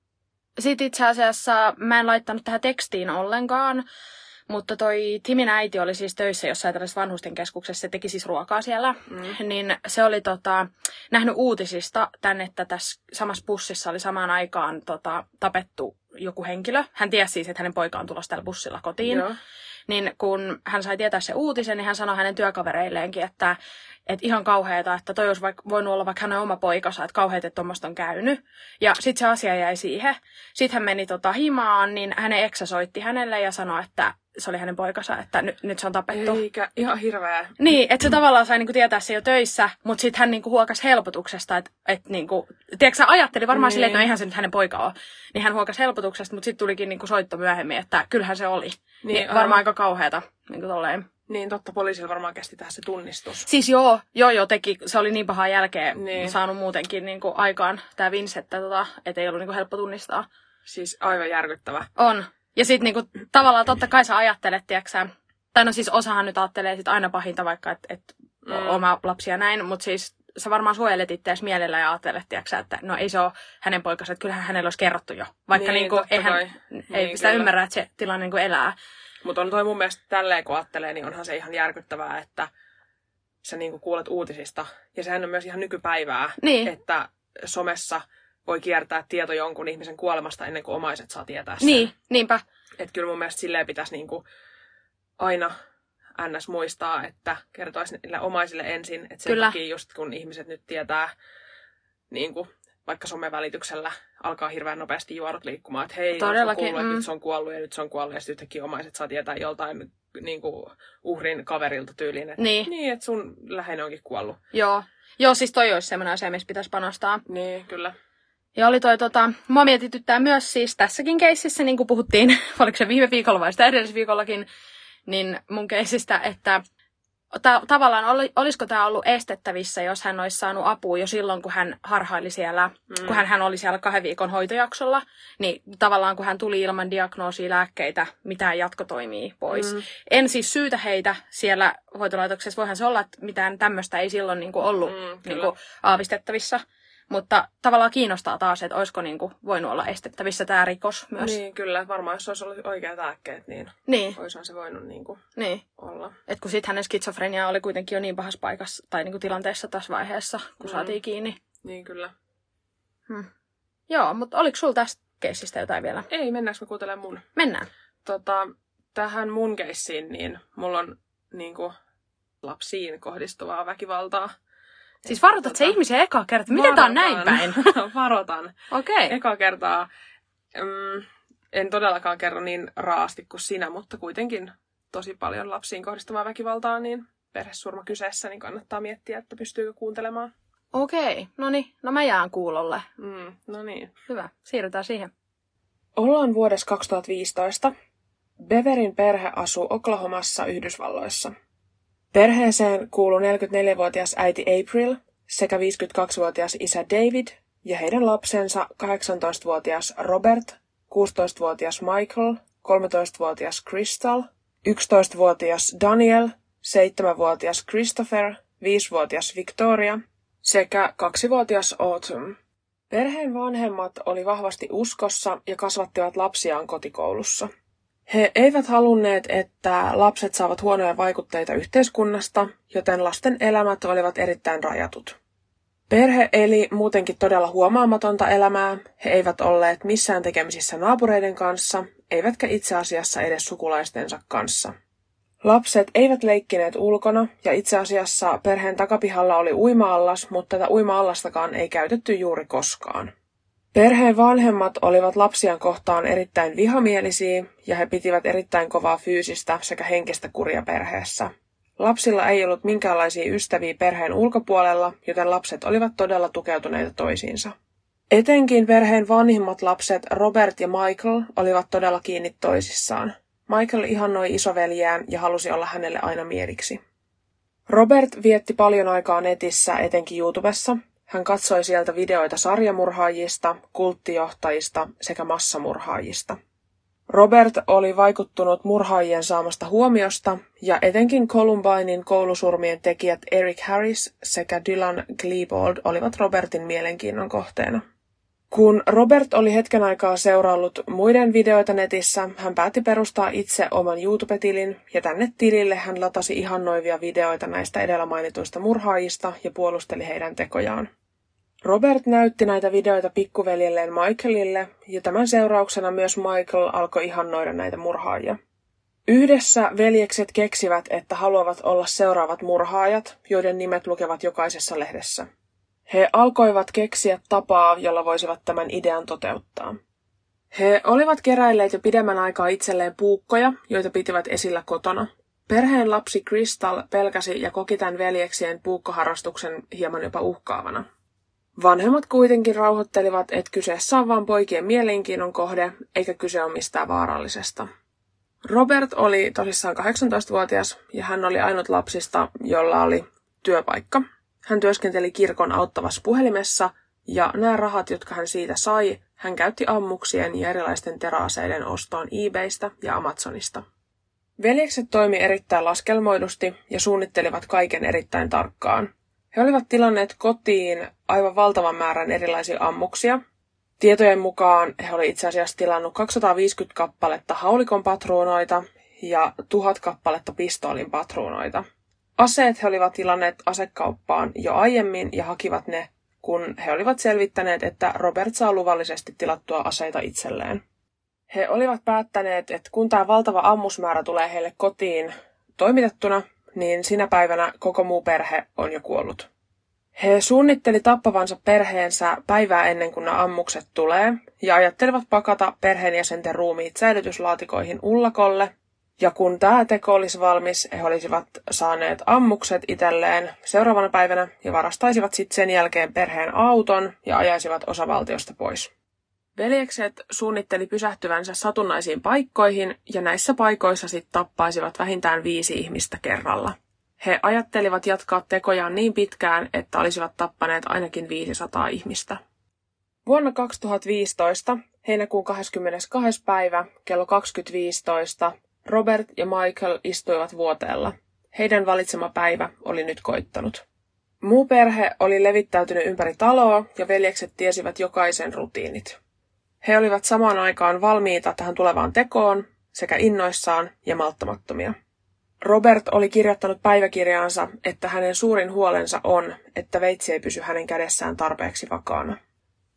Sitten itse asiassa mä en laittanut tähän tekstiin ollenkaan, mutta toi Timin äiti oli siis töissä jossain tällaisessa vanhusten keskuksessa, se teki siis ruokaa siellä, niin se oli nähnyt uutisista tänne, että tässä samassa bussissa oli samaan aikaan tapettu joku henkilö. Hän tiesi siis, että hänen poika on tulossa tällä bussilla kotiin. Joo. Niin kun hän sai tietää se uutisen, niin hän sanoi hänen työkavereilleenkin, että ihan kauheata, että toi olisi voinut olla vaikka hänen oma poikansa, että kauheat, että tuommoista on käynyt. Ja sitten se asia jäi siihen. Sitten hän meni himaan, niin hänen eksä soitti hänelle ja sanoi, että se oli hänen poikansa, että nyt se on tapettu. Eikä, ihan hirveä. Niin, että se tavallaan sai niinku tietää se jo töissä, mutta sitten hän niinku huokasi helpotuksesta, että niinku, tiedätkö sä ajatteli varmaan silleen, että no eihän se nyt hänen poika ole. Niin hän huokasi helpotuksesta, mutta sitten tulikin niinku soitto myöhemmin, että kyllähän se oli. Niin varmaan aika kauheata, niinku tolleen. Niin totta, poliisilla varmaan kesti tehdä se tunnistus. Siis joo teki, se oli niin pahaa jälkeen saanut muutenkin niinku aikaan tää Vince, että ei ollut niinku helppo tunnistaa. Siis aivan järkyttävä. On. Ja sit niinku tavallaan totta kai sä ajattelet, tiiäksä, tai no siis osahan nyt ajattelee sit aina pahinta vaikka, että oma lapsi ja näin, mutta siis sä varmaan suojelet itseäsi mielellä ja ajattelet, tiiäksä, että no ei se ole hänen poikansa, että kyllähän hänellä olisi kerrottu jo. Vaikka niinku, ei sitä ymmärrä, että se tilanne niinku elää. Mutta on toi mun mielestä tälleen, kun ajattelee, niin onhan se ihan järkyttävää, että sä niinku kuulet uutisista. Ja sehän on myös ihan nykypäivää, että somessa voi kiertää tieto jonkun ihmisen kuolemasta ennen kuin omaiset saa tietää sen. Niin, niinpä. Että kyllä mun mielestä silleen pitäisi niinku aina ns. Muistaa, että kertoisi niille omaisille ensin. Että sen takia just kun ihmiset nyt tietää niinku vaikka somevälityksellä alkaa hirveän nopeasti juorut liikkumaan, että hei, todellakin, kuullut, että nyt se on kuollut ja nyt se on kuollut, ja sitten yhtäkkiä omaiset saa tietää joltain niin kuin uhrin kaverilta tyyliin, että niin, että sun läheinen onkin kuollut. Joo, siis toi olisi semmoinen asia, missä pitäisi panostaa. Niin, kyllä. Ja oli toi, mua mietityttää myös siis tässäkin keississä, niin kuin puhuttiin, oliko se viime viikolla vai sitä edellisviikollakin, niin mun keisistä, että tavallaan olisiko tämä ollut estettävissä, jos hän olisi saanut apua jo silloin, kun hän harhaili siellä, kun hän oli siellä 2 viikon hoitojaksolla, niin tavallaan kun hän tuli ilman diagnoosia, lääkkeitä, mitään jatkotoimia pois. En siis syytä heitä siellä hoitolaitoksessa, voihan se olla, että mitään tämmöistä ei silloin niin kuin ollut niin kuin aavistettavissa. Mutta tavallaan kiinnostaa taas, että olisiko niinku voinut olla estettävissä tämä rikos myös. Niin, kyllä. Varmaan jos olisi ollut oikeat lääkkeet, niin olisihan se voinut olla. Et kun sitten hänen skitsofrenia oli kuitenkin jo niin pahassa paikassa tai niinku tilanteessa tässä vaiheessa, kun saatiin kiinni. Niin, kyllä. Joo, mutta oliko sulla tästä keissistä jotain vielä? Ei, mennäänkö me kuuntelemaan mun? Mennään. Tähän mun keissiin, niin mulla on niinku lapsiin kohdistuvaa väkivaltaa. Siis varoitat se ihmisiä ekaa kertaa. Miten tää on näin päin? Varoitan. Okei. Ekaa kertaa. En todellakaan kerro niin raasti kuin sinä, mutta kuitenkin tosi paljon lapsiin kohdistuvaa väkivaltaa, niin perhesurma kyseessä, niin kannattaa miettiä, että pystyykö kuuntelemaan. Okei. Noniin. No mä jään kuulolle. No niin. Hyvä. Siirrytään siihen. Ollaan vuodessa 2015. Beverin perhe asuu Oklahomassa, Yhdysvalloissa. Perheeseen kuuluu 44-vuotias äiti April sekä 52-vuotias isä David ja heidän lapsensa 18-vuotias Robert, 16-vuotias Michael, 13-vuotias Crystal, 11-vuotias Daniel, 7-vuotias Christopher, 5-vuotias Victoria sekä 2-vuotias Autumn. Perheen vanhemmat oli vahvasti uskossa ja kasvattivat lapsiaan kotikoulussa. He eivät halunneet, että lapset saavat huonoja vaikutteita yhteiskunnasta, joten lasten elämät olivat erittäin rajatut. Perhe eli muutenkin todella huomaamatonta elämää, he eivät olleet missään tekemisissä naapureiden kanssa, eivätkä itse asiassa edes sukulaistensa kanssa. Lapset eivät leikkineet ulkona, ja itse asiassa perheen takapihalla oli uima-allas, mutta tätä uima-allastakaan ei käytetty juuri koskaan. Perheen vanhemmat olivat lapsiaan kohtaan erittäin vihamielisiä, ja he pitivät erittäin kovaa fyysistä sekä henkistä kuria perheessä. Lapsilla ei ollut minkäänlaisia ystäviä perheen ulkopuolella, joten lapset olivat todella tukeutuneita toisiinsa. Etenkin perheen vanhimmat lapset Robert ja Michael olivat todella kiinni toisissaan. Michael ihannoi isoveljeään ja halusi olla hänelle aina mieliksi. Robert vietti paljon aikaa netissä, etenkin YouTubessa. Hän katsoi sieltä videoita sarjamurhaajista, kulttijohtajista sekä massamurhaajista. Robert oli vaikuttunut murhaajien saamasta huomiosta ja etenkin Columbinein koulusurmien tekijät Eric Harris sekä Dylan Klebold olivat Robertin mielenkiinnon kohteena. Kun Robert oli hetken aikaa seuraillut muiden videoita netissä, hän päätti perustaa itse oman YouTube-tilin ja tänne tilille hän latasi ihannoivia videoita näistä edellä mainituista murhaajista ja puolusteli heidän tekojaan. Robert näytti näitä videoita pikkuveljelleen Michaelille ja tämän seurauksena myös Michael alkoi ihannoida näitä murhaajia. Yhdessä veljekset keksivät, että haluavat olla seuraavat murhaajat, joiden nimet lukevat jokaisessa lehdessä. He alkoivat keksiä tapaa, jolla voisivat tämän idean toteuttaa. He olivat keräilleet jo pidemmän aikaa itselleen puukkoja, joita pitivät esillä kotona. Perheen lapsi Crystal pelkäsi ja koki tämän veljeksien puukkoharrastuksen hieman jopa uhkaavana. Vanhemmat kuitenkin rauhoittelivat, että kyseessä on vain poikien mielenkiinnon kohde, eikä kyse ole mistään vaarallisesta. Robert oli tosissaan 18-vuotias ja hän oli ainut lapsista, jolla oli työpaikka. Hän työskenteli kirkon auttavassa puhelimessa ja nämä rahat, jotka hän siitä sai, hän käytti ammuksien ja erilaisten teräaseiden ostoon eBaystä ja Amazonista. Veljekset toimi erittäin laskelmoidusti ja suunnittelivat kaiken erittäin tarkkaan. He olivat tilanneet kotiin aivan valtavan määrän erilaisia ammuksia. Tietojen mukaan he olivat itse asiassa tilannut 250 kappaletta haulikon patruunoita ja 1000 kappaletta pistoolin patruunoita. Aseet he olivat tilanneet asekauppaan jo aiemmin ja hakivat ne, kun he olivat selvittäneet, että Robert saa luvallisesti tilattua aseita itselleen. He olivat päättäneet, että kun tämä valtava ammusmäärä tulee heille kotiin toimitettuna, niin sinä päivänä koko muu perhe on jo kuollut. He suunnitteli tappavansa perheensä päivää ennen kuin nämä ammukset tulee ja ajattelivat pakata perheenjäsenten ruumiit säilytyslaatikoihin ullakolle. Ja kun tämä teko olisi valmis, he olisivat saaneet ammukset itselleen seuraavana päivänä ja varastaisivat sitten sen jälkeen perheen auton ja ajaisivat osavaltiosta pois. Veljekset suunnitteli pysähtyvänsä satunnaisiin paikkoihin ja näissä paikoissa sitten tappaisivat vähintään 5 ihmistä kerralla. He ajattelivat jatkaa tekojaan niin pitkään, että olisivat tappaneet ainakin 500 ihmistä. Vuonna 2015, heinäkuun 22. päivä, kello 20.15, Robert ja Michael istuivat vuoteella. Heidän valitsema päivä oli nyt koittanut. Muu perhe oli levittäytynyt ympäri taloa ja veljekset tiesivät jokaisen rutiinit. He olivat samaan aikaan valmiita tähän tulevaan tekoon, sekä innoissaan ja malttamattomia. Robert oli kirjoittanut päiväkirjaansa, että hänen suurin huolensa on, että veitsi ei pysy hänen kädessään tarpeeksi vakaana.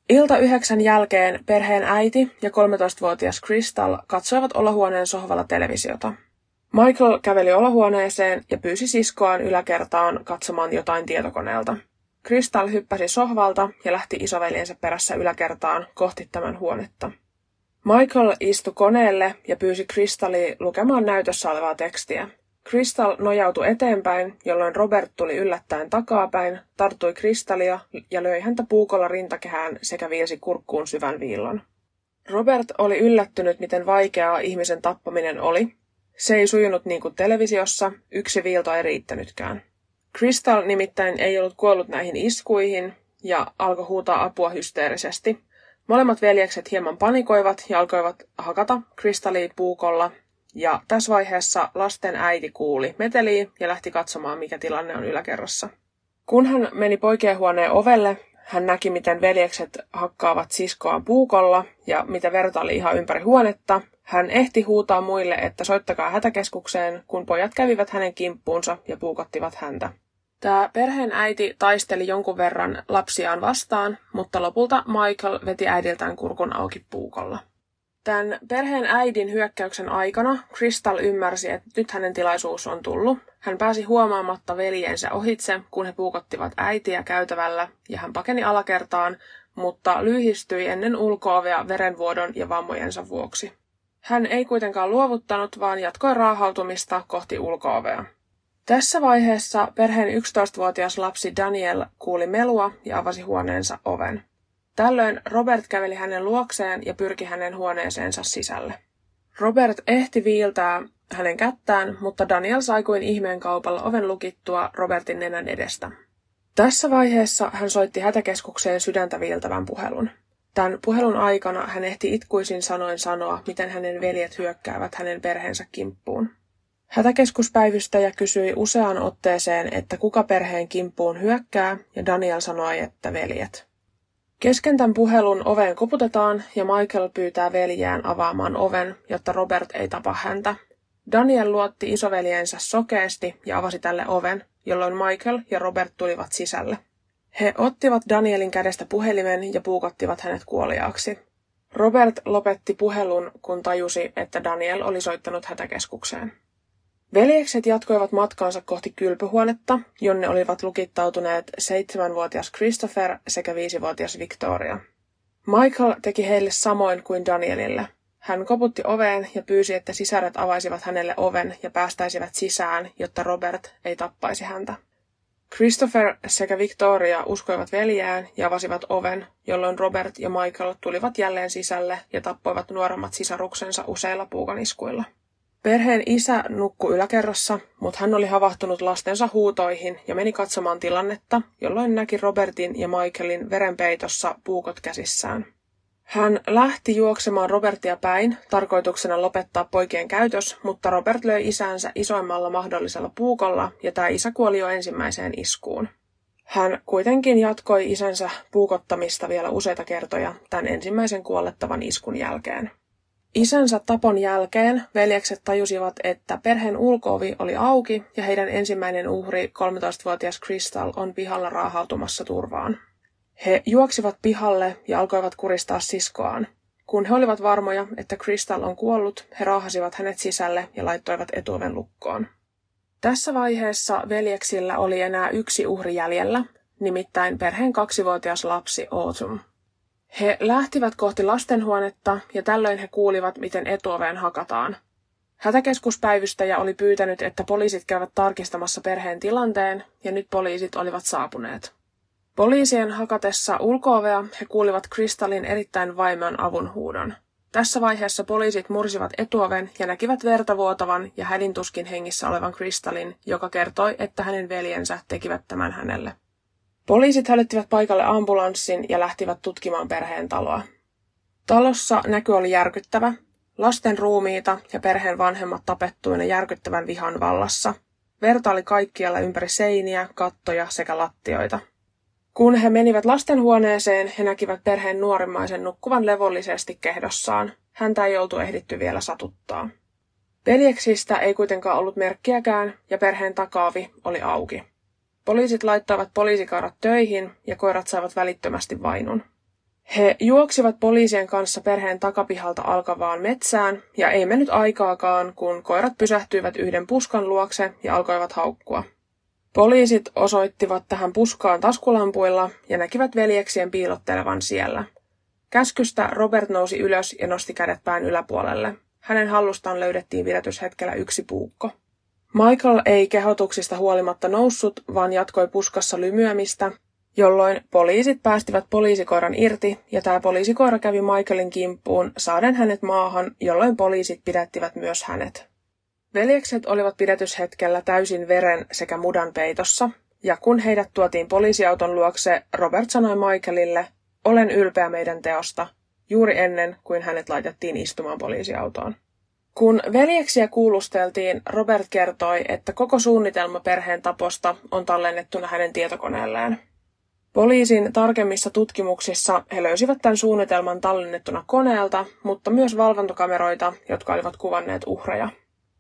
Ilta 9 jälkeen perheen äiti ja 13-vuotias Crystal katsoivat olohuoneen sohvalla televisiota. Michael käveli olohuoneeseen ja pyysi siskoaan yläkertaan katsomaan jotain tietokoneelta. Crystal hyppäsi sohvalta ja lähti isoveljensä perässä yläkertaan kohti tämän huonetta. Michael istui koneelle ja pyysi Crystalia lukemaan näytössä olevaa tekstiä. Crystal nojautui eteenpäin, jolloin Robert tuli yllättäen takapäin, tarttui Crystalia ja löi häntä puukolla rintakehään sekä viilsi kurkkuun syvän viillon. Robert oli yllättynyt, miten vaikeaa ihmisen tappaminen oli. Se ei sujunut niin kuin televisiossa, yksi viilto ei riittänytkään. Crystal nimittäin ei ollut kuollut näihin iskuihin ja alkoi huutaa apua hysteerisesti. Molemmat veljekset hieman panikoivat ja alkoivat hakata Crystalia puukolla. Ja tässä vaiheessa lasten äiti kuuli meteliä ja lähti katsomaan, mikä tilanne on yläkerrassa. Kun hän meni poikien huoneen ovelle, hän näki, miten veljekset hakkaavat siskoaan puukolla ja mitä verta oli ihan ympäri huonetta. Hän ehti huutaa muille, että soittakaa hätäkeskukseen, kun pojat kävivät hänen kimppuunsa ja puukottivat häntä. Tämä perheen äiti taisteli jonkun verran lapsiaan vastaan, mutta lopulta Michael veti äidiltään kurkun auki puukolla. Tämän perheen äidin hyökkäyksen aikana Crystal ymmärsi, että nyt hänen tilaisuus on tullut. Hän pääsi huomaamatta veljensä ohitse, kun he puukottivat äitiä käytävällä ja hän pakeni alakertaan, mutta lyhistyi ennen ulko-ovea verenvuodon ja vammojensa vuoksi. Hän ei kuitenkaan luovuttanut, vaan jatkoi raahautumista kohti ulko-ovea. Tässä vaiheessa perheen 11-vuotias lapsi Daniel kuuli melua ja avasi huoneensa oven. Tällöin Robert käveli hänen luokseen ja pyrki hänen huoneeseensa sisälle. Robert ehti viiltää hänen kättään, mutta Daniel sai kuin ihmeen kaupalla oven lukittua Robertin nenän edestä. Tässä vaiheessa hän soitti hätäkeskukseen sydäntä viiltävän puhelun. Tämän puhelun aikana hän ehti itkuisin sanoin sanoa, miten hänen veljet hyökkäävät hänen perheensä kimppuun. Hätäkeskuspäivystäjä kysyi useaan otteeseen, että kuka perheen kimppuun hyökkää, ja Daniel sanoi, että veljet. Kesken tämän puhelun oveen koputetaan ja Michael pyytää veljään avaamaan oven, jotta Robert ei tapa häntä. Daniel luotti isoveljensä sokeasti ja avasi tälle oven, jolloin Michael ja Robert tulivat sisälle. He ottivat Danielin kädestä puhelimen ja puukottivat hänet kuoliaaksi. Robert lopetti puhelun, kun tajusi, että Daniel oli soittanut hätäkeskukseen. Veljekset jatkoivat matkaansa kohti kylpyhuonetta, jonne olivat lukittautuneet 7-vuotias Christopher sekä 5-vuotias Victoria. Michael teki heille samoin kuin Danielille. Hän koputti oveen ja pyysi, että sisaret avaisivat hänelle oven ja päästäisivät sisään, jotta Robert ei tappaisi häntä. Christopher sekä Victoria uskoivat veljään ja avasivat oven, jolloin Robert ja Michael tulivat jälleen sisälle ja tappoivat nuoremmat sisaruksensa useilla puukoniskuilla. Perheen isä nukkui yläkerrassa, mutta hän oli havahtunut lastensa huutoihin ja meni katsomaan tilannetta, jolloin näki Robertin ja Michaelin verenpeitossa puukot käsissään. Hän lähti juoksemaan Robertia päin, tarkoituksena lopettaa poikien käytös, mutta Robert löi isäänsä isoimmalla mahdollisella puukolla ja tämä isä kuoli jo ensimmäiseen iskuun. Hän kuitenkin jatkoi isänsä puukottamista vielä useita kertoja tämän ensimmäisen kuolettavan iskun jälkeen. Isänsä tapon jälkeen veljekset tajusivat, että perheen ulko-ovi oli auki ja heidän ensimmäinen uhri, 13-vuotias Crystal, on pihalla raahautumassa turvaan. He juoksivat pihalle ja alkoivat kuristaa siskoaan. Kun he olivat varmoja, että Crystal on kuollut, he raahasivat hänet sisälle ja laittoivat etuoven lukkoon. Tässä vaiheessa veljeksillä oli enää yksi uhri jäljellä, nimittäin perheen 2-vuotias lapsi Autumn. He lähtivät kohti lastenhuonetta ja tällöin he kuulivat, miten etuoveen hakataan. Hätäkeskuspäivystäjä oli pyytänyt, että poliisit käyvät tarkistamassa perheen tilanteen ja nyt poliisit olivat saapuneet. Poliisien hakatessa ulko-ovea he kuulivat Crystalin erittäin vaimean avunhuudon. Tässä vaiheessa poliisit mursivat etuoven ja näkivät verta vuotavan ja hädintuskin hengissä olevan Crystalin, joka kertoi, että hänen veljensä tekivät tämän hänelle. Poliisit hälyttivät paikalle ambulanssin ja lähtivät tutkimaan perheen taloa. Talossa näky oli järkyttävä. Lasten ruumiita ja perheen vanhemmat tapettuina järkyttävän vihan vallassa. Verta oli kaikkialla ympäri seiniä, kattoja sekä lattioita. Kun he menivät lastenhuoneeseen, he näkivät perheen nuorimmaisen nukkuvan levollisesti kehdossaan. Häntä ei oltu ehditty vielä satuttaa. Veljeksistä ei kuitenkaan ollut merkkiäkään ja perheen takaavi oli auki. Poliisit laittoivat poliisikaurat töihin ja koirat saivat välittömästi vainun. He juoksivat poliisien kanssa perheen takapihalta alkavaan metsään, ja ei mennyt aikaakaan, kun koirat pysähtyivät yhden puskan luokse ja alkoivat haukkua. Poliisit osoittivat tähän puskaan taskulampuilla ja näkivät veljeksien piilottelevan siellä. Käskystä Robert nousi ylös ja nosti kädet pään yläpuolelle. Hänen hallustaan löydettiin pidätyshetkellä yksi puukko. Michael ei kehotuksista huolimatta noussut, vaan jatkoi puskassa lymyämistä, jolloin poliisit päästivät poliisikoiran irti ja tämä poliisikoira kävi Michaelin kimppuun saaden hänet maahan, jolloin poliisit pidättivät myös hänet. Veljekset olivat pidätyshetkellä täysin veren sekä mudan peitossa, ja kun heidät tuotiin poliisiauton luokse, Robert sanoi Michaelille, "Olen ylpeä meidän teosta", juuri ennen kuin hänet laitettiin istumaan poliisiautoon. Kun veljeksiä kuulusteltiin, Robert kertoi, että koko suunnitelma perheen taposta on tallennettuna hänen tietokoneelleen. Poliisin tarkemmissa tutkimuksissa he löysivät tämän suunnitelman tallennettuna koneelta, mutta myös valvontakameroita, jotka olivat kuvanneet uhreja.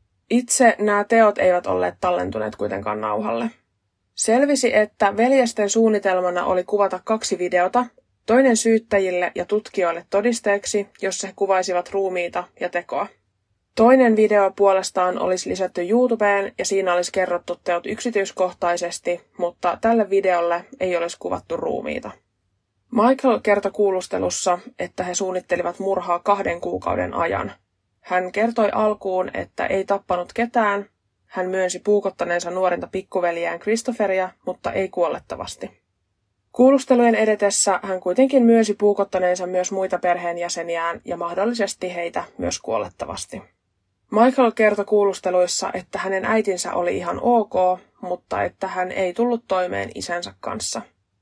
Itse nämä teot eivät olleet tallentuneet kuitenkaan nauhalle. Selvisi, että veljesten suunnitelmana oli kuvata 2 videota, toinen syyttäjille ja tutkijoille todisteeksi, jossa he kuvaisivat ruumiita ja tekoa. Toinen video puolestaan olisi lisätty YouTubeen ja siinä olisi kerrottu teot yksityiskohtaisesti, mutta tälle videolle ei olisi kuvattu ruumiita. Michael kertoi kuulustelussa, että he suunnittelivat murhaa 2 kuukauden ajan. Hän kertoi alkuun, että ei tappanut ketään. Hän myönsi puukottaneensa nuorinta pikkuveljeään Christopheria, mutta ei kuolettavasti. Kuulustelujen edetessä hän kuitenkin myönsi puukottaneensa myös muita perheenjäseniään ja mahdollisesti heitä myös kuolettavasti. Michael kertoi kuulusteluissa, että hänen äitinsä oli ihan ok, mutta että hän ei tullut toimeen isänsä kanssa.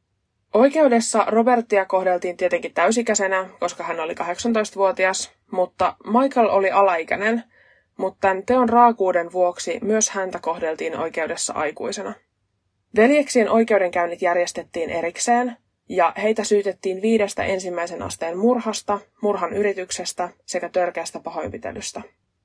Oikeudessa Robertia kohdeltiin tietenkin täysikäisenä, koska hän oli 18-vuotias, mutta Michael oli alaikäinen, mutta tämän teon raakuuden vuoksi myös häntä kohdeltiin oikeudessa aikuisena. Veljeksien oikeudenkäynnit järjestettiin erikseen, ja heitä syytettiin 5 ensimmäisen asteen murhasta, murhan yrityksestä sekä törkeästä pahoinpitelystä.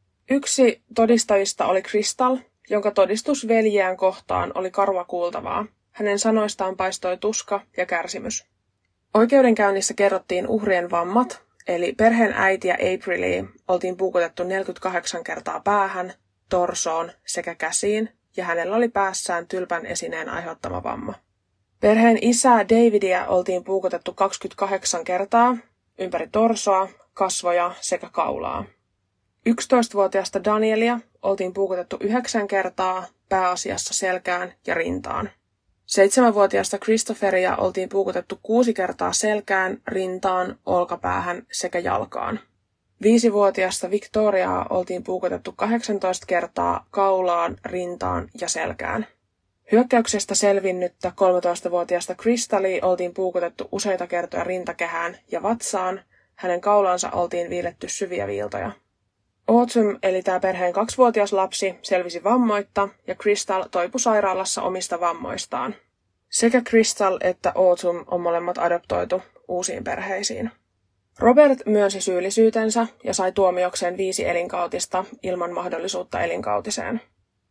Yksi todistajista oli Crystal, jonka todistus veljeään kohtaan oli karua kuultavaa. Hänen sanoistaan paistoi tuska ja kärsimys. Oikeudenkäynnissä kerrottiin uhrien vammat, eli perheen äitiä Aprilia oltiin puukotettu 48 kertaa päähän, torsoon sekä käsiin, ja hänellä oli päässään tylpän esineen aiheuttama vamma. Perheen isää Davidia oltiin puukotettu 28 kertaa, ympäri torsoa, kasvoja sekä kaulaa. 11-vuotiaasta Danielia oltiin puukotettu 9 kertaa, pääasiassa selkään ja rintaan. 7-vuotiaasta Christopheria oltiin puukotettu 6 kertaa selkään, rintaan, olkapäähän sekä jalkaan. 5-vuotiaasta Victoriaa oltiin puukotettu 18 kertaa kaulaan, rintaan ja selkään. Hyökkäyksestä selvinnyttä 13-vuotiaasta Crystalia oltiin puukotettu useita kertoja rintakehään ja vatsaan, hänen kaulansa oltiin viiletty syviä viiltoja. Autumn, eli tämä perheen 2-vuotias lapsi, selvisi vammoitta ja Crystal toipui sairaalassa omista vammoistaan. Sekä Crystal että Autumn on molemmat adoptoitu uusiin perheisiin. Robert myönsi syyllisyytensä ja sai tuomiokseen 5 elinkautista ilman mahdollisuutta elinkautiseen.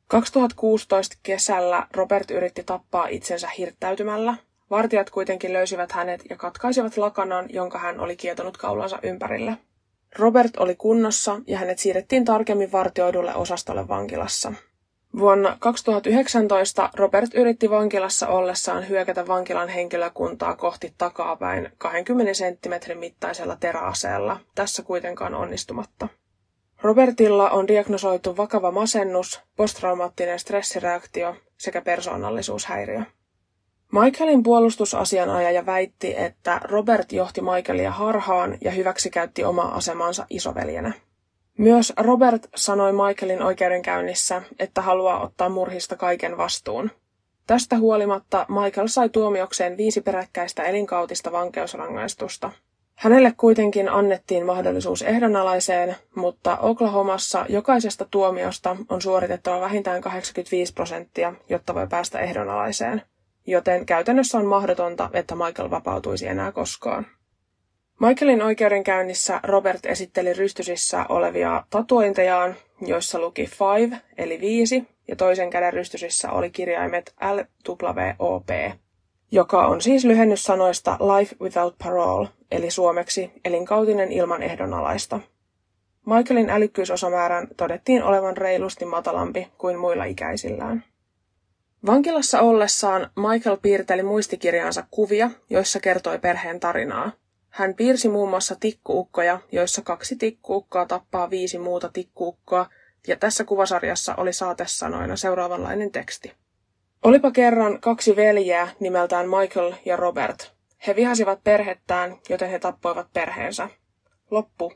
2016 kesällä Robert yritti tappaa itsensä hirttäytymällä. Vartijat kuitenkin löysivät hänet ja katkaisivat lakanan, jonka hän oli kietonut kaulansa ympärille. Robert oli kunnossa ja hänet siirrettiin tarkemmin vartioidulle osastolle vankilassa. Vuonna 2019 Robert yritti vankilassa ollessaan hyökätä vankilan henkilökuntaa kohti takapäin 20 senttimetrin mittaisella teräaseella, tässä kuitenkaan onnistumatta. Robertilla on diagnosoitu vakava masennus, posttraumaattinen stressireaktio sekä persoonallisuushäiriö. Michaelin puolustusasianajaja väitti, että Robert johti Michaelia harhaan ja hyväksikäytti omaa asemansa isoveljenä. Myös Robert sanoi Michaelin oikeudenkäynnissä, että haluaa ottaa murhista kaiken vastuun. Tästä huolimatta Michael sai tuomiokseen 5 peräkkäistä elinkautista vankeusrangaistusta. Hänelle kuitenkin annettiin mahdollisuus ehdonalaiseen, mutta Oklahomassa jokaisesta tuomiosta on suoritettava vähintään 85%, jotta voi päästä ehdonalaiseen. Joten käytännössä on mahdotonta, että Michael vapautuisi enää koskaan. Michaelin oikeudenkäynnissä Robert esitteli rystysissä olevia tatuointejaan, joissa luki 5 eli 5, ja toisen käden rystysissä oli kirjaimet LWOP. joka on siis lyhennys sanoista Life Without Parole, eli suomeksi elinkautinen ilman ehdonalaista. Michaelin älykkyysosamäärän todettiin olevan reilusti matalampi kuin muilla ikäisillään. Vankilassa ollessaan Michael piirteli muistikirjaansa kuvia, joissa kertoi perheen tarinaa. Hän piirsi muun muassa tikkuukkoja, joissa 2 tikkuukkoa tappaa 5 muuta tikkuukkoa, ja tässä kuvasarjassa oli saatesanoina seuraavanlainen teksti. Olipa kerran 2 veljeä nimeltään Michael ja Robert. He vihasivat perhettään, joten he tappoivat perheensä. Loppu.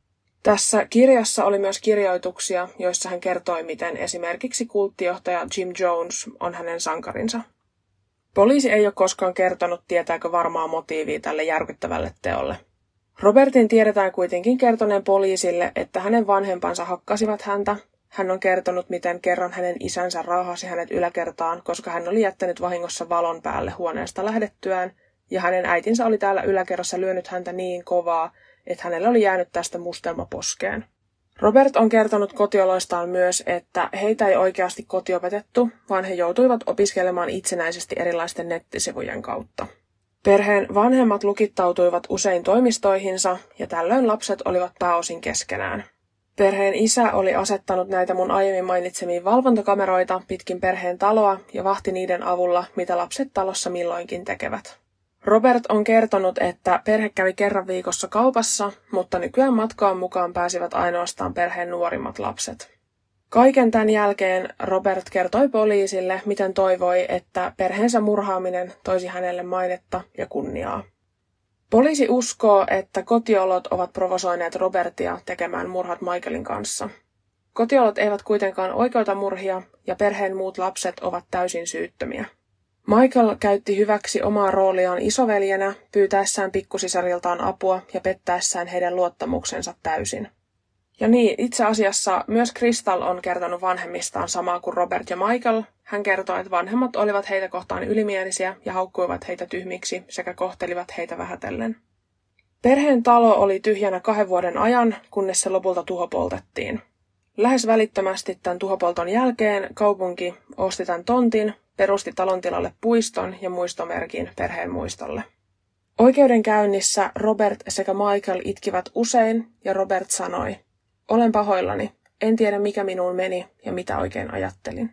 Tässä kirjassa oli myös kirjoituksia, joissa hän kertoi, miten esimerkiksi kulttijohtaja Jim Jones on hänen sankarinsa. Poliisi ei ole koskaan kertonut, tietääkö varmaa motiivia tälle järkyttävälle teolle. Robertin tiedetään kuitenkin kertoneen poliisille, että hänen vanhempansa hakkasivat häntä. Hän on kertonut, miten kerran hänen isänsä raahasi hänet yläkertaan, koska hän oli jättänyt vahingossa valon päälle huoneesta lähdettyään, ja hänen äitinsä oli täällä yläkerrassa lyönyt häntä niin kovaa, että hänelle oli jäänyt tästä mustelma poskeen. Robert on kertonut kotioloistaan myös, että heitä ei oikeasti kotiopetettu, vaan he joutuivat opiskelemaan itsenäisesti erilaisten nettisivujen kautta. Perheen vanhemmat lukittautuivat usein toimistoihinsa, ja tällöin lapset olivat pääosin keskenään. Perheen isä oli asettanut näitä mun aiemmin mainitsemiin valvontakameroita pitkin perheen taloa ja vahti niiden avulla, mitä lapset talossa milloinkin tekevät. Robert on kertonut, että perhe kävi kerran viikossa kaupassa, mutta nykyään matkaan mukaan pääsivät ainoastaan perheen nuorimmat lapset. Kaiken tämän jälkeen Robert kertoi poliisille, miten toivoi, että perheensä murhaaminen toisi hänelle mainetta ja kunniaa. Poliisi uskoo, että kotiolot ovat provosoineet Robertia tekemään murhat Michaelin kanssa. Kotiolot eivät kuitenkaan oikeuta murhia ja perheen muut lapset ovat täysin syyttömiä. Michael käytti hyväksi omaa rooliaan isoveljenä, pyytäessään pikkusisariltaan apua ja pettäessään heidän luottamuksensa täysin. Ja niin, itse asiassa myös Crystal on kertonut vanhemmistaan samaa kuin Robert ja Michael. Hän kertoo, että vanhemmat olivat heitä kohtaan ylimielisiä ja haukkuivat heitä tyhmiksi sekä kohtelivat heitä vähätellen. Perheen talo oli tyhjänä 2 vuoden ajan, kunnes se lopulta tuhopoltettiin. Lähes välittömästi tämän tuhopolton jälkeen kaupunki osti tämän tontin, perusti talon tilalle puiston ja muistomerkin perheen muistolle. Oikeudenkäynnissä Robert sekä Michael itkivät usein ja Robert sanoi, "Olen pahoillani, en tiedä mikä minuun meni ja mitä oikein ajattelin."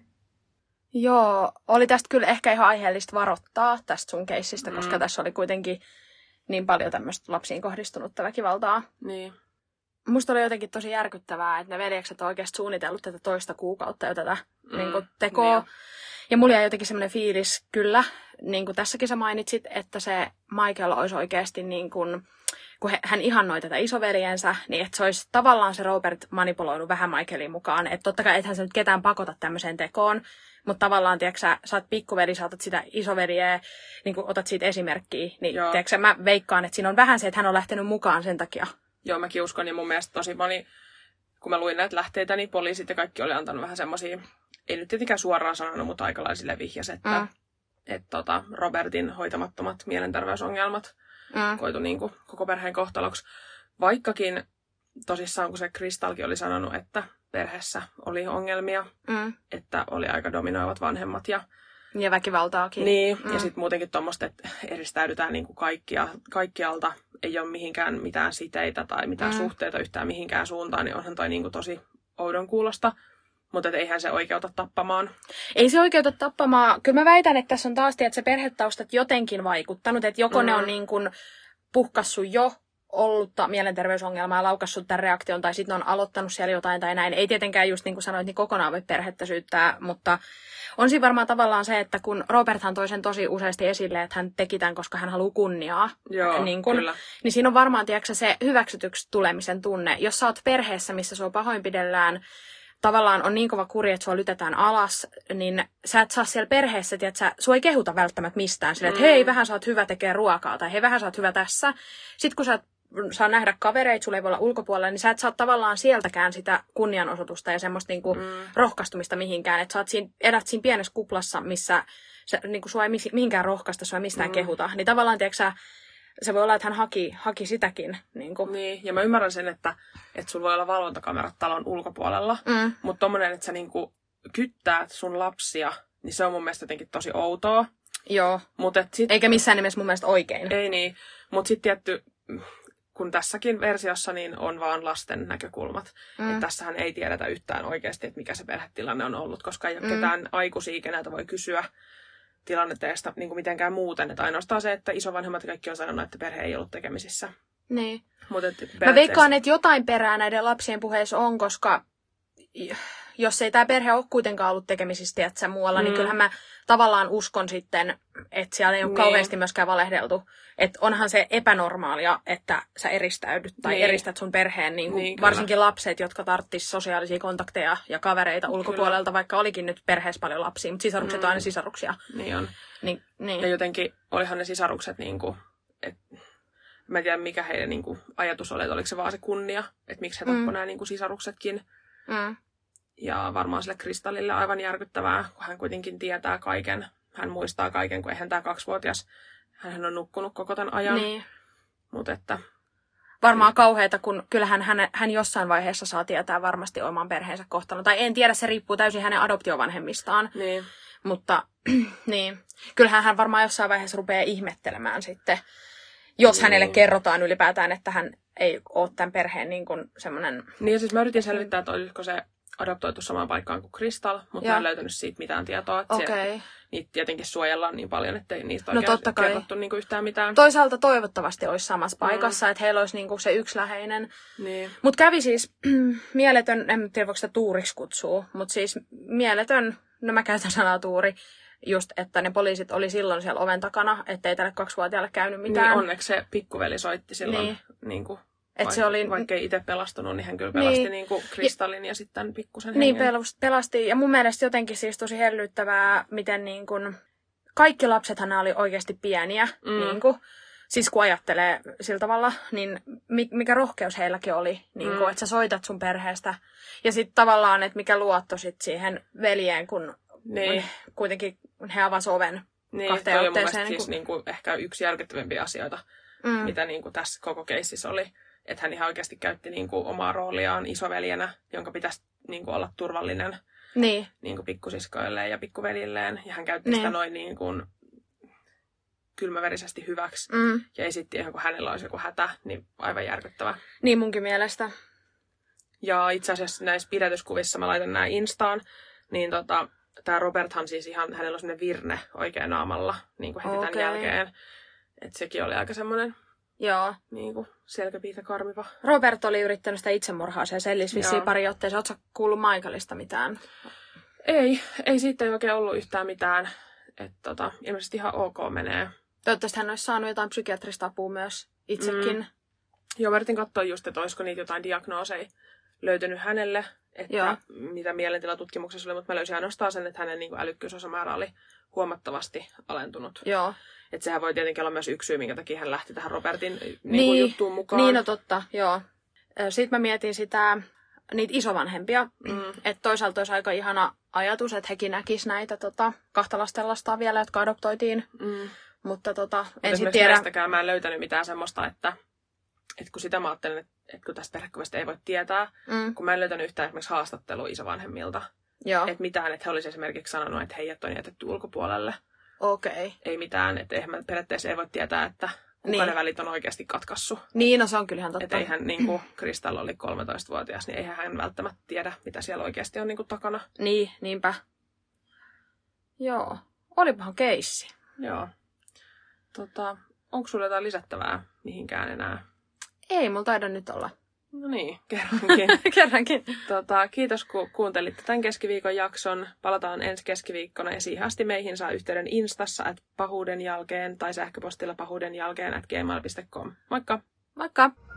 Joo, oli tästä kyllä ehkä ihan aiheellista varoittaa tästä sun keissistä, koska tässä oli kuitenkin niin paljon tämmöistä lapsiin kohdistunutta väkivaltaa. Niin. Musta oli jotenkin tosi järkyttävää, että ne veljekset on oikeasti suunnitellut tätä 2 kuukautta jo tätä niin tekoa. Niin. Ja mulla jäi jotenkin semmoinen fiilis kyllä, niin kuin tässäkin sä mainitsit, että se Michael olisi oikeasti niin kuin, kun hän ihannoi tätä isoveljensä, niin että se olisi tavallaan se Robert manipuloinut vähän Michaelin mukaan. Että totta kai ethän sä nyt ketään pakota tämmöiseen tekoon, mutta tavallaan, tiedätkö sä oot pikkuveli, sä otat sitä isoveljeä, niin kuin otat siitä esimerkkiä, niin tiedätkö mä veikkaan, että siinä on vähän se, että hän on lähtenyt mukaan sen takia. Joo, mäkin uskon, ja mun mielestä tosi moni, kun mä luin näitä lähteitä, niin poliisit ja kaikki oli antanut vähän semmosia, ei nyt tietenkään suoraan sanonut, mutta aika lailla vihjas, että Robertin hoitamattomat mielenterveysongelmat koitu niin kuin koko perheen kohtaloksi. Vaikkakin tosissaan, kun se Crystalkin oli sanonut, että perheessä oli ongelmia, että oli aika dominoivat vanhemmat ja väkivaltaakin. Niin, ja sitten muutenkin tuommoista, että eristäydytään niin kuin kaikkialta, ei ole mihinkään mitään siteitä tai mitään suhteita yhtään mihinkään suuntaan, niin onhan toi niin kuin tosi oudon kuulosta. Mutta eihän se oikeuta tappamaan. Ei se oikeuta tappamaan. Kyllä mä väitän, että tässä on taas että se perhetaustat jotenkin vaikuttanut. Että joko ne on niin kuin puhkassut jo ollutta mielenterveysongelmaa ja laukassut tämän reaktion, tai sitten ne on aloittanut siellä jotain tai näin. Ei tietenkään just niin kuin sanoit, niin kokonaan voi perhettä syyttää, mutta on siinä varmaan tavallaan se, että kun Roberthan toi sen tosi useasti esille, että hän teki tämän, koska hän haluaa kunniaa. Joo, kyllä. Niin siinä on varmaan, tiedätkö, se hyväksytyksi tulemisen tunne. Jos sä oot perheessä, missä sua pahoinpidellään, tavallaan on niin kova kuri, että sua lytetään alas, niin sä et saa siellä perheessä, että sua ei kehuta välttämättä mistään. Silleen, että hei, vähän sä oot hyvä tekee ruokaa, tai hei, vähän sä oot hyvä tässä. Sitten kun sä saa nähdä kavereita, sulla ei voi olla ulkopuolella, niin sä et saa tavallaan sieltäkään sitä kunnianosoitusta ja semmoista niinku rohkaistumista mihinkään. Että sä oot elät siinä pienessä kuplassa, missä niinku sua ei mihinkään rohkaista, sua ei mistään kehuta. Niin tavallaan, tiedätkö se voi olla, että hän haki sitäkin. Niin, ja mä ymmärrän sen, että sulla voi olla valvontakamerat talon ulkopuolella, mutta tommonen, että sä niinku kyttäät sun lapsia, niin se on mun mielestä jotenkin tosi outoa. Joo. Eikä missään nimessä mun mielestä oikein. Ei niin. Mutta sitten tietty, kun tässäkin versiossa niin on vaan lasten näkökulmat. Että tässähän ei tiedetä yhtään oikeasti, että mikä se perhetilanne on ollut, koska ei ole ketään aikuisia, keneltä voi kysyä tilanteesta niin kuin mitenkään muuten. Että ainoastaan se, että isovanhemmat kaikki on sanonut, että perhe ei ollut tekemisissä. Niin. Mä veikkaan, että jotain perää näiden lapsien puheissa on, koska jos ei tämä perhe ole kuitenkaan ollut tekemisissä tiedätkö, muualla, niin kyllähän mä tavallaan uskon sitten, että siellä ei ole kauheasti myöskään valehdeltu. Että onhan se epänormaalia, että sä eristäydyt tai eristät sun perheen, niin varsinkin lapset, jotka tarttis sosiaalisia kontakteja ja kavereita ulkopuolelta, vaikka olikin nyt perheessä paljon lapsia, mutta sisarukset on aina sisaruksia. Niin on. Niin. Ja jotenkin olihan ne sisarukset, mä en tiedä mikä heidän ajatus oli, että oliko se vaan se kunnia, että miksi he tappoi nämä sisaruksetkin. Ja varmaan sille Kristallille aivan järkyttävää, kun hän kuitenkin tietää kaiken. Hän muistaa kaiken, kun eihän tämä 2-vuotias, hän on nukkunut koko tämän ajan. Niin. Että varmaan kauheata, kun kyllähän hän jossain vaiheessa saa tietää varmasti oman perheensä kohtalon. Tai en tiedä, se riippuu täysin hänen adoptiovanhemmistaan. Niin. Mutta niin. Kyllähän hän varmaan jossain vaiheessa rupeaa ihmettelemään sitten, jos hänelle kerrotaan ylipäätään, että hän ei ole tämän perheen niin kuin semmoinen. Niin ja siis mä yritin selvittää, että olisiko se adoptoitu samaan paikkaan kuin Crystal, mutta mä en löytänyt siitä mitään tietoa. Että niitä tietenkin suojellaan niin paljon, ettei niistä oikein kerrottu yhtään mitään. Toisaalta toivottavasti olisi samassa paikassa, että heillä olisi se yksi läheinen. Niin. Mutta kävi siis mieletön, en tiedä voiko sitä tuuriksi kutsua, mutta siis mieletön, no mä käytän sanaa tuuri, just että ne poliisit oli silloin siellä oven takana, ettei tälle 2-vuotiaalle käynyt mitään. Niin onneksi se pikkuveli soitti silloin. Niin kuin vaikka ei itse pelastunut, niin hän kyllä pelasti Kristallin ja sitten pikkusen hengen. Niin, pelasti. Ja mun mielestä jotenkin siis tosi hellyttävää, miten kaikki lapsethan oli oikeasti pieniä. Siis kun ajattelee sillä tavalla, niin mikä rohkeus heilläkin oli, että sä soitat sun perheestä. Ja sitten tavallaan, että mikä luotto sit siihen veljeen, kun kuitenkin he avasi oven kahteen otteeseen. Siis ehkä yksi järkyttävimpiä asioita, mitä tässä koko keississä oli. Että hän ihan oikeasti käytti omaa rooliaan isoveljenä, jonka pitäisi olla turvallinen pikkusiskoille ja pikkuvelilleen. Ja hän käytti sitä noin kylmäverisesti hyväksi. Ja esitti, että kun hänellä olisi joku hätä, niin aivan järkyttävä. Niin munkin mielestä. Ja itse asiassa näissä pidätyskuvissa, mä laitan nämä Instaan, niin tämä Roberthan siis ihan, hänellä on semmoinen virne oikein naamalla heti tämän jälkeen. Että sekin oli aika semmoinen selkäpiitä karmiva. Robert oli yrittänyt sitä itsemurhaa siellä sellissä vissiin pari otteeseen. Ootko sä kuullut Michaelista mitään? Ei siitä ei oikein ollut yhtään mitään. Että ilmeisesti ihan ok menee. Toivottavasti hän olisi saanut jotain psykiatrista apua myös itsekin. Joo, mä yritin katsoa just, että olisiko niitä jotain diagnooseja löytynyt hänelle, että mitä mielentilatutkimuksessa oli, mutta mä löysin ainoastaan sen, että hänen älykkyysosamäärä oli huomattavasti alentunut. Joo. Että sehän voi tietenkin olla myös yksi syy, minkä takia hän lähti tähän Robertin juttuun mukaan. Niin, no totta, joo. Sitten mä mietin niitä isovanhempia. Että toisaalta olisi aika ihana ajatus, että hekin näkis näitä kahta lastenlastaan vielä, jotka adoptoitiin. Mutta en sitten tiedä. Näistäkään mä en löytänyt mitään semmoista, että kun sitä mä ajattelen, että kun tästä perhekuvasta ei voi tietää, kun mä en löytänyt yhtään esimerkiksi haastattelua isovanhemmilta. Että mitään, että he olisivat esimerkiksi sanonut, että heidät on jätetty ulkopuolelle. Okei. Ei mitään, että periaatteessa ei voi tietää, että kuka ne välit on oikeasti katkaissut. Niin, no se on kyllähän totta. Että eihän Crystal oli 13-vuotias, niin eihän hän välttämättä tiedä, mitä siellä oikeasti on takana. Niin, niinpä. Joo, olipahan keissi. Joo. Onko sulla jotain lisättävää mihinkään enää? Ei, mulla taida nyt olla. No niin, kerrankin. Kerrankin. Kiitos, kun kuuntelitte tämän keskiviikon jakson. Palataan ensi keskiviikkona ja siihen asti meihin saa yhteyden Instassa @pahuudenjalkeen tai sähköpostilla pahuudenjalkeen @gmail.com. Moikka! Moikka!